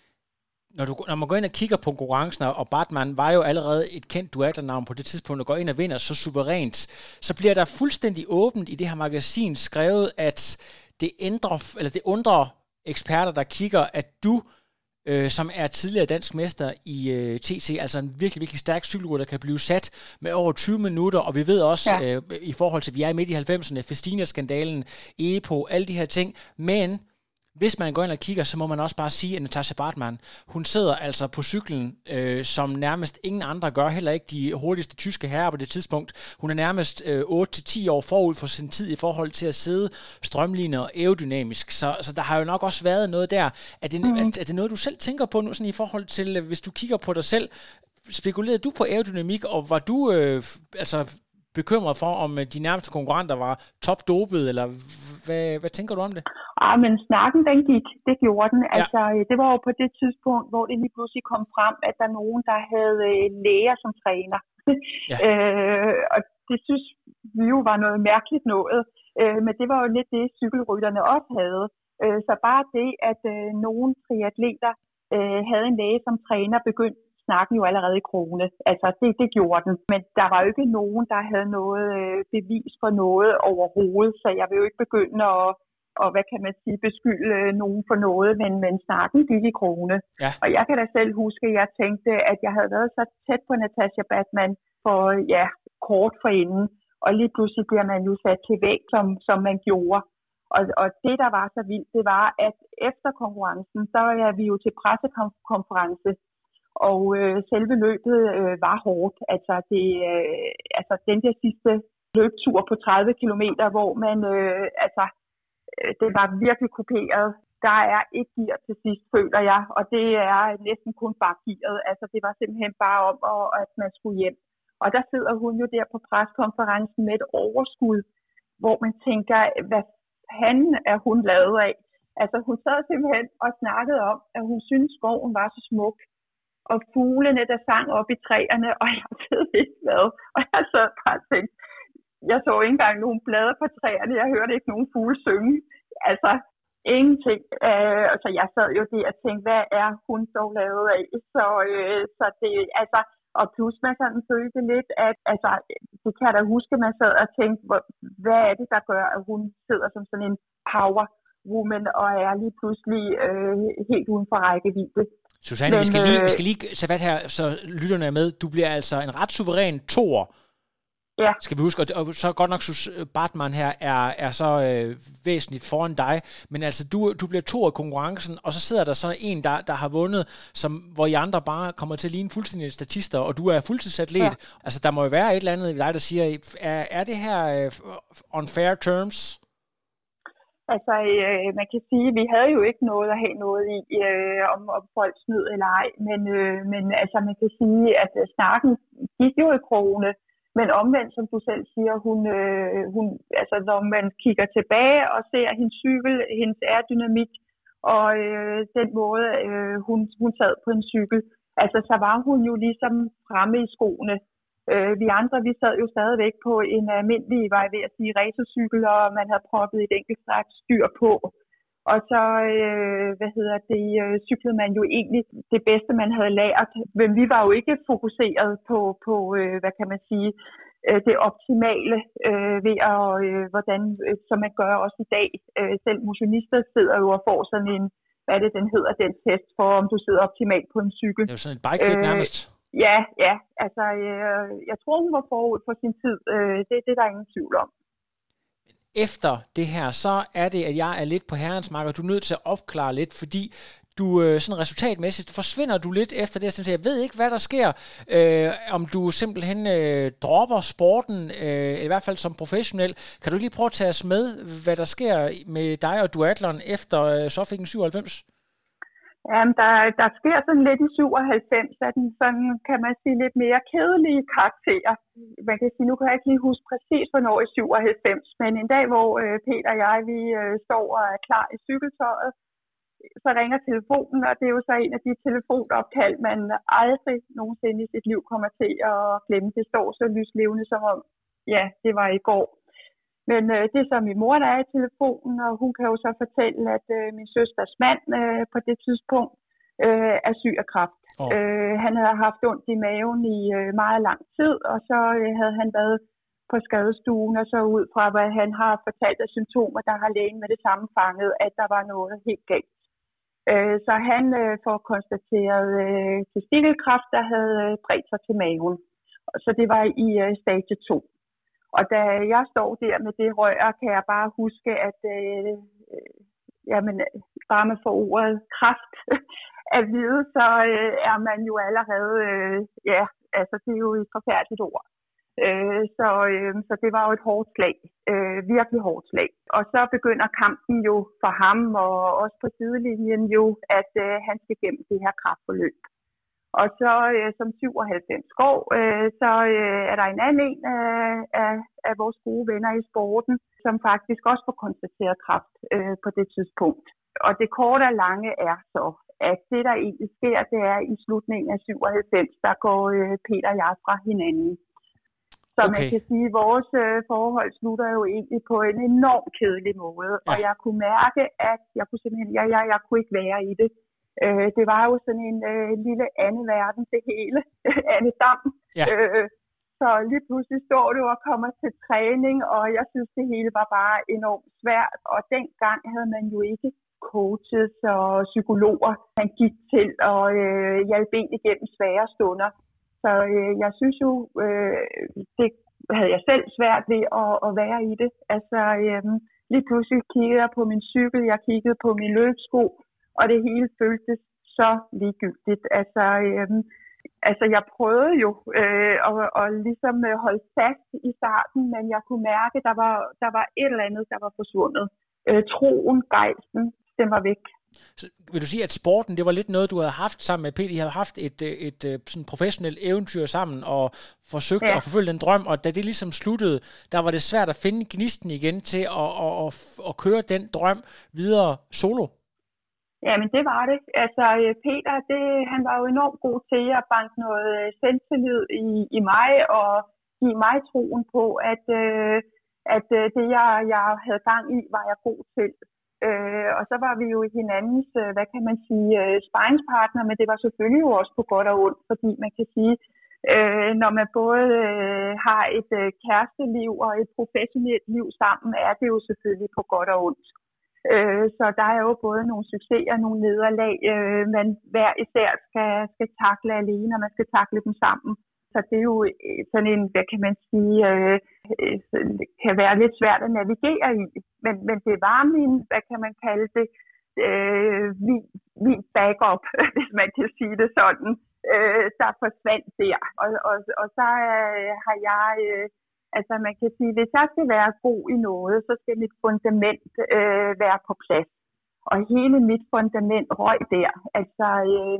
Når, du, når man går ind og kigger på konkurrencen, og Bartman var jo allerede et kendt duatlernavn på det tidspunkt, og går ind og vinder så suverænt, så bliver der fuldstændig åbent i det her magasin skrevet, at det ændrer, eller det undrer eksperter, der kigger, at du, øh, som er tidligere dansk mester i øh, T T, altså en virkelig, virkelig stærk cykelrytter, der kan blive sat med over tyve minutter, og vi ved også, ja. øh, i forhold til, at vi er midt i halvfemserne, Festina-skandalen, Epo, alle de her ting, men hvis man går ind og kigger, så må man også bare sige, at Natasha Bartman, hun sidder altså på cyklen, øh, som nærmest ingen andre gør, heller ikke de hurtigste tyske herrer på det tidspunkt. Hun er nærmest øh, otte til ti år forud for sin tid i forhold til at sidde strømlignet og aerodynamisk. Så, så der har jo nok også været noget der. Er det, mm. er, er det noget, du selv tænker på nu, sådan i forhold til, hvis du kigger på dig selv, spekulerede du på aerodynamik, og var du øh, altså bekymret for, om de nærmeste konkurrenter var topdopet, eller hvad, hvad tænker du om det? Ah, men snakken, den gik. Det gjorde den. Ja. Altså, det var jo på det tidspunkt, hvor det lige pludselig kom frem, at der er nogen, der havde læger som træner. Ja. øh, og det synes vi jo var noget mærkeligt noget. Øh, men det var jo lidt det, cykelrytterne også havde. Øh, så bare det, at øh, nogle triatleter øh, havde en læge som træner, begyndte snakken jo allerede i krone. Altså, det, det gjorde den. Men der var jo ikke nogen, der havde noget øh, bevis for noget overhovedet, så jeg vil jo ikke begynde at, og, hvad kan man sige, beskylde øh, nogen for noget, men, men snakken gik i krone. Ja. Og jeg kan da selv huske, at jeg tænkte, at jeg havde været så tæt på Natasha Bartman for, ja, kort forinden, og lige pludselig bliver man jo sat til væk, som, som man gjorde. Og, og det, der var så vildt, det var, at efter konkurrencen, så er vi jo til pressekonference, og øh, selve løbet øh, var hårdt. Altså, det, øh, altså den der sidste løbetur på tredive kilometer, hvor man, øh, altså, øh, det var virkelig kuperet. Der er et gear til sidst, føler jeg, og det er næsten kun bare gearet. Altså, det var simpelthen bare om, at man skulle hjem. Og der sidder hun jo der på pressekonferencen med et overskud, hvor man tænker, hvad fanden er hun lavet af? Altså, hun sad simpelthen og snakkede om, at hun syntes, skoven var så smuk. Og fuglene, der sang op i træerne, og jeg ved ikke hvad. Og jeg sad bare og tænkte, jeg så ikke engang nogen blade på træerne, jeg hørte ikke nogen fugle synge. Altså, ingenting. Øh, altså, jeg sad jo der og tænkte, hvad er hun så lavet af? Så, øh, så det, altså, og plus man sådan følte lidt, at, altså, det kan jeg da huske, man sad og tænkte, hvad er det, der gør, at hun sidder som sådan en power woman, og er lige pludselig øh, helt uden for rækkevidde. Susanne, Men, vi, skal lige, vi skal lige sætte hvad her, så lytterne er med. Du bliver altså en ret suveræn toer. Ja. Skal vi huske, og så godt nok, Bartman her er, er så øh, væsentligt foran dig, men altså, du, du bliver toer i konkurrencen, og så sidder der så en, der, der har vundet, som, hvor I andre bare kommer til at ligne fuldstændig statister, og du er fuldtidsatlet. Ja. Altså, der må jo være et eller andet i dig, der siger, er, er det her øh, on fair terms? Altså, øh, man kan sige, at vi havde jo ikke noget at have noget i, øh, om, om folk snyd eller ej, men, øh, men altså, man kan sige, at snakken gik jo i krone, men omvendt, som du selv siger, hun, øh, hun, altså, når man kigger tilbage og ser hendes cykel, hendes aerodynamik, og øh, den måde, øh, hun, hun sad på en cykel, altså, så var hun jo ligesom fremme i skoene. Øh, vi andre, vi sad jo stadigvæk på en almindelig, var jeg ved at sige, racercykel, og man havde proppet et enkelt slags styr på. Og så, øh, hvad hedder det, øh, cyklede man jo egentlig det bedste, man havde lært. Men vi var jo ikke fokuseret på, på øh, hvad kan man sige, øh, det optimale øh, ved at, øh, hvordan, øh, som man gør også i dag. Øh, selv motionister sidder jo og får sådan en, hvad er det, den hedder, den test for, om du sidder optimalt på en cykel. Det er jo sådan et bike-fit øh, nærmest. Ja, ja. Altså, øh, jeg tror, hun var forud for sin tid. Øh, det, det er der ingen tvivl om. Efter det her, så er det, at jeg er lidt på herrens mark, og du er nødt til at opklare lidt, fordi du øh, sådan resultatmæssigt forsvinder du lidt efter det. Jeg ved ikke, hvad der sker. Øh, om du simpelthen øh, dropper sporten, øh, i hvert fald som professionel. Kan du lige prøve at tage os med, hvad der sker med dig og duatleren efter øh, Sofingen syvoghalvfems? Jamen, der, der sker sådan lidt i syvoghalvfems, at den sådan, kan man sige, lidt mere kedelige karakterer. Man kan sige, nu kan jeg ikke lige huske præcis, hvornår i syvoghalvfems, men en dag, hvor øh, Peter og jeg, vi øh, står og er klar i cykeltøjet, så ringer telefonen, og det er jo så en af de telefonopkald, man aldrig nogensinde i sit liv kommer til at glemme. Det står så lyslevende, som om, ja, det var i går. Men øh, det er så min mor, der er i telefonen, og hun kan jo så fortælle, at øh, min søsters mand øh, på det tidspunkt øh, er syg af kræft. Oh. Øh, han havde haft ondt i maven i øh, meget lang tid, og så øh, havde han været på skadestuen, og så ud fra, hvad han har fortalt af symptomer, der har lægen med det samme fanget, at der var noget helt galt. Øh, så han øh, får konstateret øh, testikelkræft, der havde øh, bredt sig til maven. Så det var i øh, stadie to. Og da jeg står der med det rør, kan jeg bare huske, at øh, øh, jamen, bare med for ordet kræft at vide, så øh, er man jo allerede, øh, ja, altså det er jo et forfærdeligt ord. Øh, så, øh, så det var jo et hårdt slag, øh, virkelig hårdt slag. Og så begynder kampen jo for ham, og også på sidelinjen jo, at øh, han skal gennem det her kræftforløb. Og så øh, som syvoghalvfems år, øh, så øh, er der en anden en af, af, af vores gode venner i sporten, som faktisk også får konstateret kræft øh, på det tidspunkt. Og det korte og lange er så, at det der egentlig sker, det er i slutningen af syvoghalvfems, der går øh, Peter og jeg fra hinanden. Så okay. Man kan sige, at vores øh, forhold slutter jo egentlig på en enormt kedelig måde. Ja. Og jeg kunne mærke, at jeg kunne simpelthen, jeg, jeg, jeg kunne ikke være i det. Øh, det var jo sådan en øh, lille anden verden, det hele, Anne Dam. Ja. Øh, så lige pludselig står du og kommer til træning, og jeg synes, det hele var bare enormt svært. Og dengang havde man jo ikke coaches og psykologer, man gik til og øh, hjalp en igennem svære stunder. Så øh, jeg synes jo, øh, det havde jeg selv svært ved at, at være i det. Altså øh, lige pludselig kiggede jeg på min cykel, jeg kiggede på min løbesko, og det hele føltes så ligegyldigt. Altså, øh, altså jeg prøvede jo øh, at, at ligesom holde fast i starten, men jeg kunne mærke, at der var, der var et eller andet, der var forsvundet. Øh, troen, gejsten, den var væk. Så vil du sige, at sporten, det var lidt noget, du havde haft sammen med Peter? I havde haft et, et, et sådan professionelt eventyr sammen og forsøgt ja. at forfølge den drøm, og da det ligesom sluttede, der var det svært at finde gnisten igen til at, at, at, at køre den drøm videre solo? Jamen det var det. Altså Peter, det, han var jo enormt god til at banke noget selvtillid i, i mig og give mig troen på, at, øh, at det jeg, jeg havde gang i, var jeg god til. Øh, og så var vi jo i hinandens, hvad kan man sige, sparringspartner, men det var selvfølgelig jo også på godt og ondt, fordi man kan sige, øh, når man både øh, har et øh, kæresteliv og et professionelt liv sammen, er det jo selvfølgelig på godt og ondt. Øh, så der er jo både nogle succeser og nogle nederlag, øh, man hver især skal, skal takle alene, og man skal takle dem sammen. Så det er jo sådan en, hvad kan man sige, øh, kan være lidt svært at navigere i. Men, men det var min, hvad kan man kalde det, øh, min, min backup, hvis man kan sige det sådan, øh, der forsvandt der. Og, og, og så øh, har jeg, øh, altså man kan sige, hvis jeg skal være god i noget, så skal mit fundament øh, være på plads. Og hele mit fundament røg der. Altså... Øh,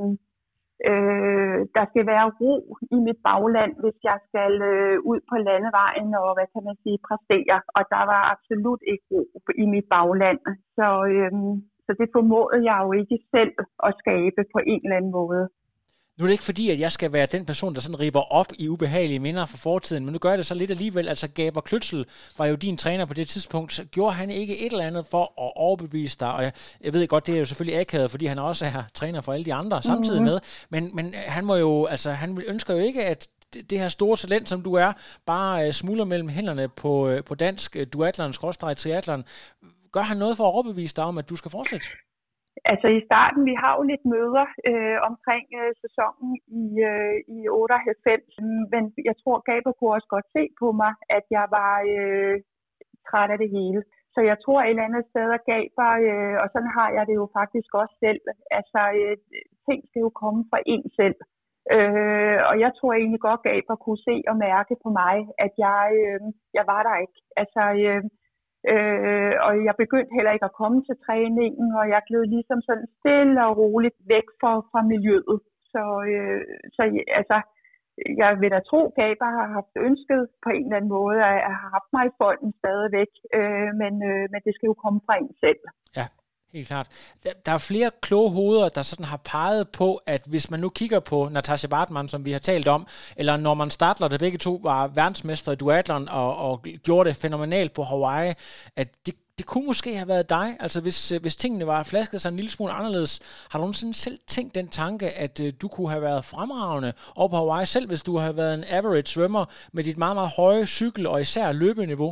Øh, der skal være ro i mit bagland, hvis jeg skal øh, ud på landevejen og, hvad kan man sige, præstere. Og der var absolut ikke ro i mit bagland. Så, øh, så det formåede jeg jo ikke selv at skabe på en eller anden måde. Nu er det ikke fordi, at jeg skal være den person, der sådan riber op i ubehagelige minder fra fortiden, men nu gør jeg det så lidt alligevel. Altså Gaber Kløtsel var jo din træner på det tidspunkt. Så gjorde han ikke et eller andet for at overbevise dig? Og jeg, jeg ved godt, det er jo selvfølgelig akavet, fordi han også er træner for alle de andre mm-hmm. samtidig med. Men, men han må jo, altså han ønsker jo ikke, at det her store talent, som du er, bare smuldrer mellem hænderne på, på dansk duatlon, skråstreg triatlon. Gør han noget for at overbevise dig om, at du skal fortsætte? Altså i starten, vi har jo lidt møder øh, omkring øh, sæsonen i, øh, i otteoghalvfems, men jeg tror, Gaber kunne også godt se på mig, at jeg var øh, træt af det hele. Så jeg tror et eller andet sted, at Gaber, øh, og sådan har jeg det jo faktisk også selv, altså øh, ting skal jo komme fra en selv. Øh, og jeg tror egentlig godt, Gaber kunne se og mærke på mig, at jeg, øh, jeg var der ikke. Altså... Øh, Øh, og jeg begyndte heller ikke at komme til træningen, og jeg gled ligesom sådan stille og roligt væk fra, fra miljøet. Så, øh, så altså, jeg vil da tro, at Gaber har haft ønsket på en eller anden måde, at have haft mig i fonden stadigvæk, øh, men, øh, men det skal jo komme fra en selv. Ja. Helt klart. Der, der er flere kloge hoveder, der sådan har peget på, at hvis man nu kigger på Natasha Bartmann, som vi har talt om, eller Norman Stadler, der begge to var verdensmestre i duatlon og, og gjorde det fænomenalt på Hawaii, at det, det kunne måske have været dig. Altså hvis, hvis tingene var flasket sig en lille smule anderledes, har du nogensinde selv tænkt den tanke, at uh, du kunne have været fremragende over på Hawaii, selv hvis du havde været en average svømmer med dit meget, meget høje cykel- og især løbeniveau?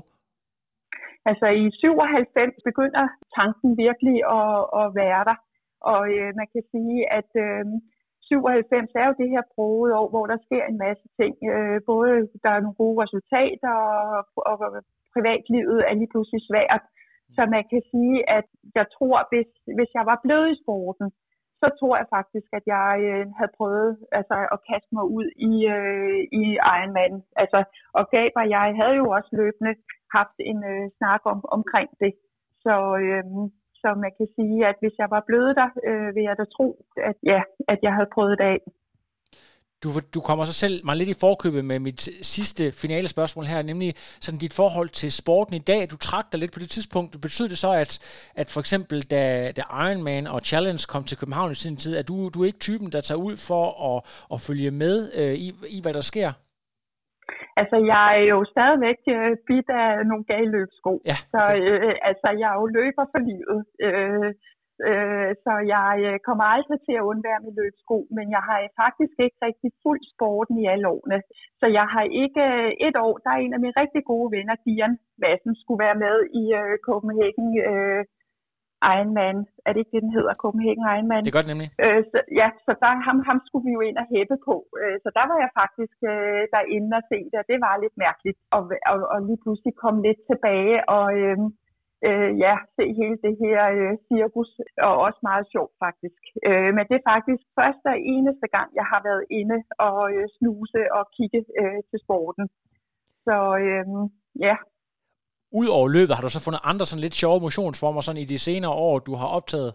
Altså i syvoghalvfems begynder tanken virkelig at, at være der, og øh, man kan sige, at øh, syvoghalvfems er jo det her brogede år, hvor der sker en masse ting. Øh, både der er nogle gode resultater, og, og privatlivet er lige pludselig svært. Så man kan sige, at jeg tror, hvis, hvis jeg var blevet i sporten, så tror jeg faktisk, at jeg øh, havde prøvet altså, at kaste mig ud i, øh, i Ironman. Altså, og Gaber og jeg havde jo også løbende haft en øh, snak om, omkring det. Så, øh, så man kan sige, at hvis jeg var blevet der, øh, vil jeg da tro, at, ja, at jeg havde prøvet det af. Du, du kommer så selv mig lidt i forkøbet med mit sidste finale spørgsmål her, nemlig sådan dit forhold til sporten i dag. Du trak dig lidt på det tidspunkt. Betyder det så, at, at for eksempel da, da Ironman og Challenge kom til København i sin tid, at du, du er ikke typen, der tager ud for at, at følge med øh, i, i, hvad der sker? Altså, jeg er jo stadigvæk øh, bidt af nogle gale løbsko. Ja, okay. Så øh, altså, jeg er jo løber for livet. Øh, øh, så jeg kommer aldrig til at undvære mit løbsko, men jeg har faktisk ikke rigtig fuldt sporten i alle årene. Så jeg har ikke et år, der er en af mine rigtig gode venner, Dian Madsen, skulle være med i øh, Copenhagen øh, Ironman. Er det ikke det, den hedder? Copenhagen Ironman? Det er godt nemlig. Øh, så, ja, så der, ham, ham skulle vi jo ind og hæppe på. Øh, så der var jeg faktisk øh, derinde og se det, og det var lidt mærkeligt at, og, og lige pludselig komme lidt tilbage og øh, øh, ja, se hele det her øh, cirkus, og også meget sjovt faktisk. Øh, men det er faktisk første og eneste gang, jeg har været inde og øh, snuse og kigge øh, til sporten. Så øh, ja. Udover løbet, har du så fundet andre sådan lidt sjove motionsformer sådan i de senere år, du har optaget?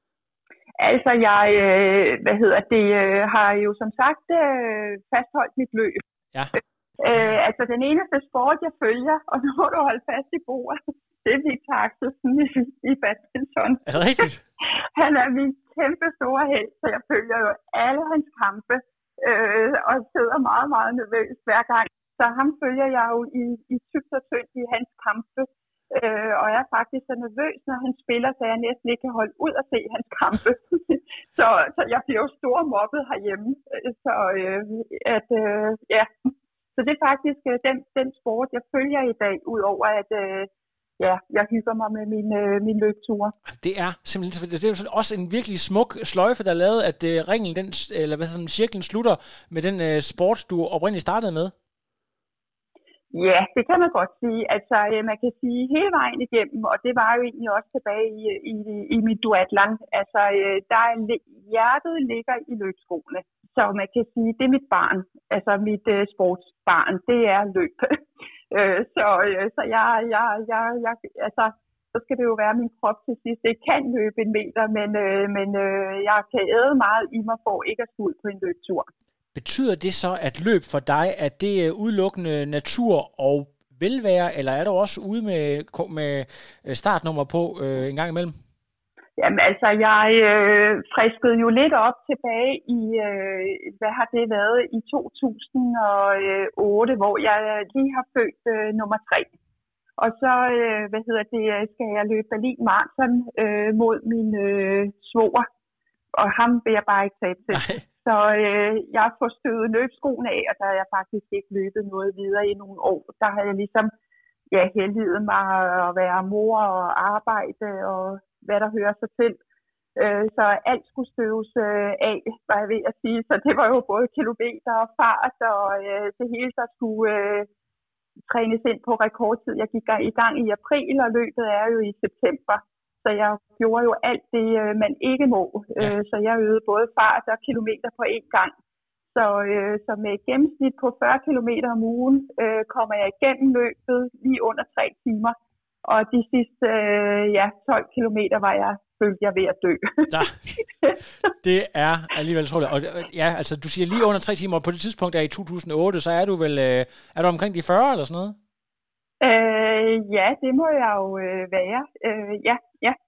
Altså, jeg øh, hvad hedder det, øh, har jo som sagt øh, fastholdt mit løb. Ja. Øh, altså, den eneste sport, jeg følger, og nu må du holde fast i bordet, det er Victor Axelsen i, i badminton. Er det rigtigt? Han er min kæmpe store held, så jeg følger jo alle hans kampe, øh, og sidder meget, meget nervøs hver gang. Så ham følger jeg jo i, i tykt og tyndt i hans kampe, øh, og jeg er faktisk så nervøs, når han spiller, så jeg næsten ikke kan holde ud og se hans kampe. så, så jeg bliver jo stor mobbet herhjemme. Så øh, at, øh, ja. Så det er faktisk øh, den, den sport, jeg følger i dag, udover at øh, ja, jeg hygger mig med min, øh, min løbeture. Det er simpelthen det er også en virkelig smuk sløjfe, der er lavet, at øh, ringen, den, eller hvad sådan, cirklen slutter med den øh, sport, du oprindeligt startede med. Ja, det kan man godt sige. Altså, man kan sige hele vejen igennem, og det var jo egentlig også tilbage i, i, i mit duatlon. Altså, der er, hjertet ligger i løbsskoene. Så man kan sige, det er mit barn, altså mit uh, sportsbarn, det er løb. så så jeg, jeg, jeg, jeg, altså, så skal det jo være min krop til sidst. Det kan løbe en meter, men, øh, men øh, jeg kan æde meget i mig for ikke at skulle ud på en løbetur. Betyder det så, at løb for dig, at det er udelukkende natur og velvære, eller er du også ude med, med startnummer på øh, en gang imellem? Jamen altså, jeg øh, friskede jo lidt op tilbage i, øh, hvad har det været, i to tusind og otte, hvor jeg lige har født øh, nummer tre. Og så, øh, hvad hedder det, skal jeg løbe Berlin Marathon øh, mod min øh, svoger, og ham vil jeg bare ikke tabe til. Nej. Så øh, jeg får støvet løbskoen af, og der har jeg faktisk ikke løbet noget videre i nogle år. Der har jeg ligesom ja, heldiget mig at være mor og arbejde og hvad der hører sig til. Øh, så alt skulle støves øh, af, var jeg ved at sige. Så det var jo både kilometer og fart og øh, det hele, der skulle øh, trænes ind på rekordtid. Jeg gik i gang i april, og løbet er jo i september. Så jeg gjorde jo alt det, man ikke må. Ja. Så jeg øvede både fart og kilometer på én gang. Så, så med et gennemsnit på fyrre kilometer om ugen øh, kommer jeg igennem løbet lige under tre timer. Og de sidste ja, tolv kilometer var jeg følte jeg ved at dø. Ja, det er alligevel troligt. Og ja, altså du siger lige under tre timer, og på det tidspunkt der i to tusind og otte, så er du vel er du omkring de fyrre eller sådan noget? Øh, ja, det må jeg jo øh, være. Øh, ja, ja.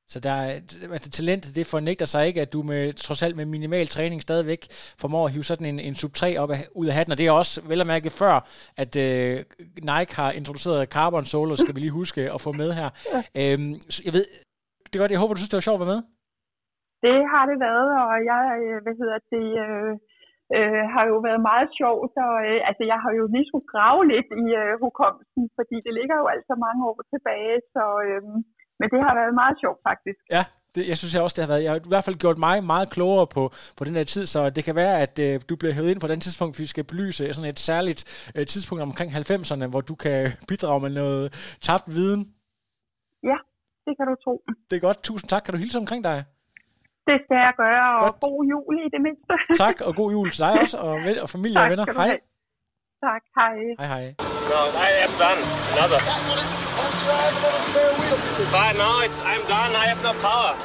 Så der er, altså, talentet, det fornægter sig ikke, at du med, trods alt med minimal træning stadigvæk formår at hive sådan en, en sub tre op af, ud af hatten. Og det er også vel at mærke før, at øh, Nike har introduceret carbon solo, skal vi lige huske at få med her. øhm, jeg ved, det er godt, jeg håber, du synes, det var sjovt at være med. Det har det været, og jeg, hvad hedder det, øh, øh, har jo været meget sjovt. Og, øh, altså, jeg har jo lige skulle grave lidt i øh, hukommelsen, fordi det ligger jo altså mange år tilbage, så... Øh, Men det har været meget sjovt, faktisk. Ja, det, jeg synes jeg også, det har været. Jeg har i hvert fald gjort mig meget klogere på, på den her tid, så det kan være, at øh, du bliver hævet ind på den tidspunkt, vi skal belyse sådan et særligt øh, tidspunkt omkring halvfemserne, hvor du kan bidrage med noget tabt viden. Ja, det kan du tro. Det er godt. Tusind tak. Kan du hilse omkring dig? Det skal jeg gøre, og godt. God jul i det mindste. Tak, og god jul til dig også, og, og familie tak, og venner. Hej. Have. Tak, hej. Hej, hej. No, I am done. Another. But no, it's, I'm done. I have no power.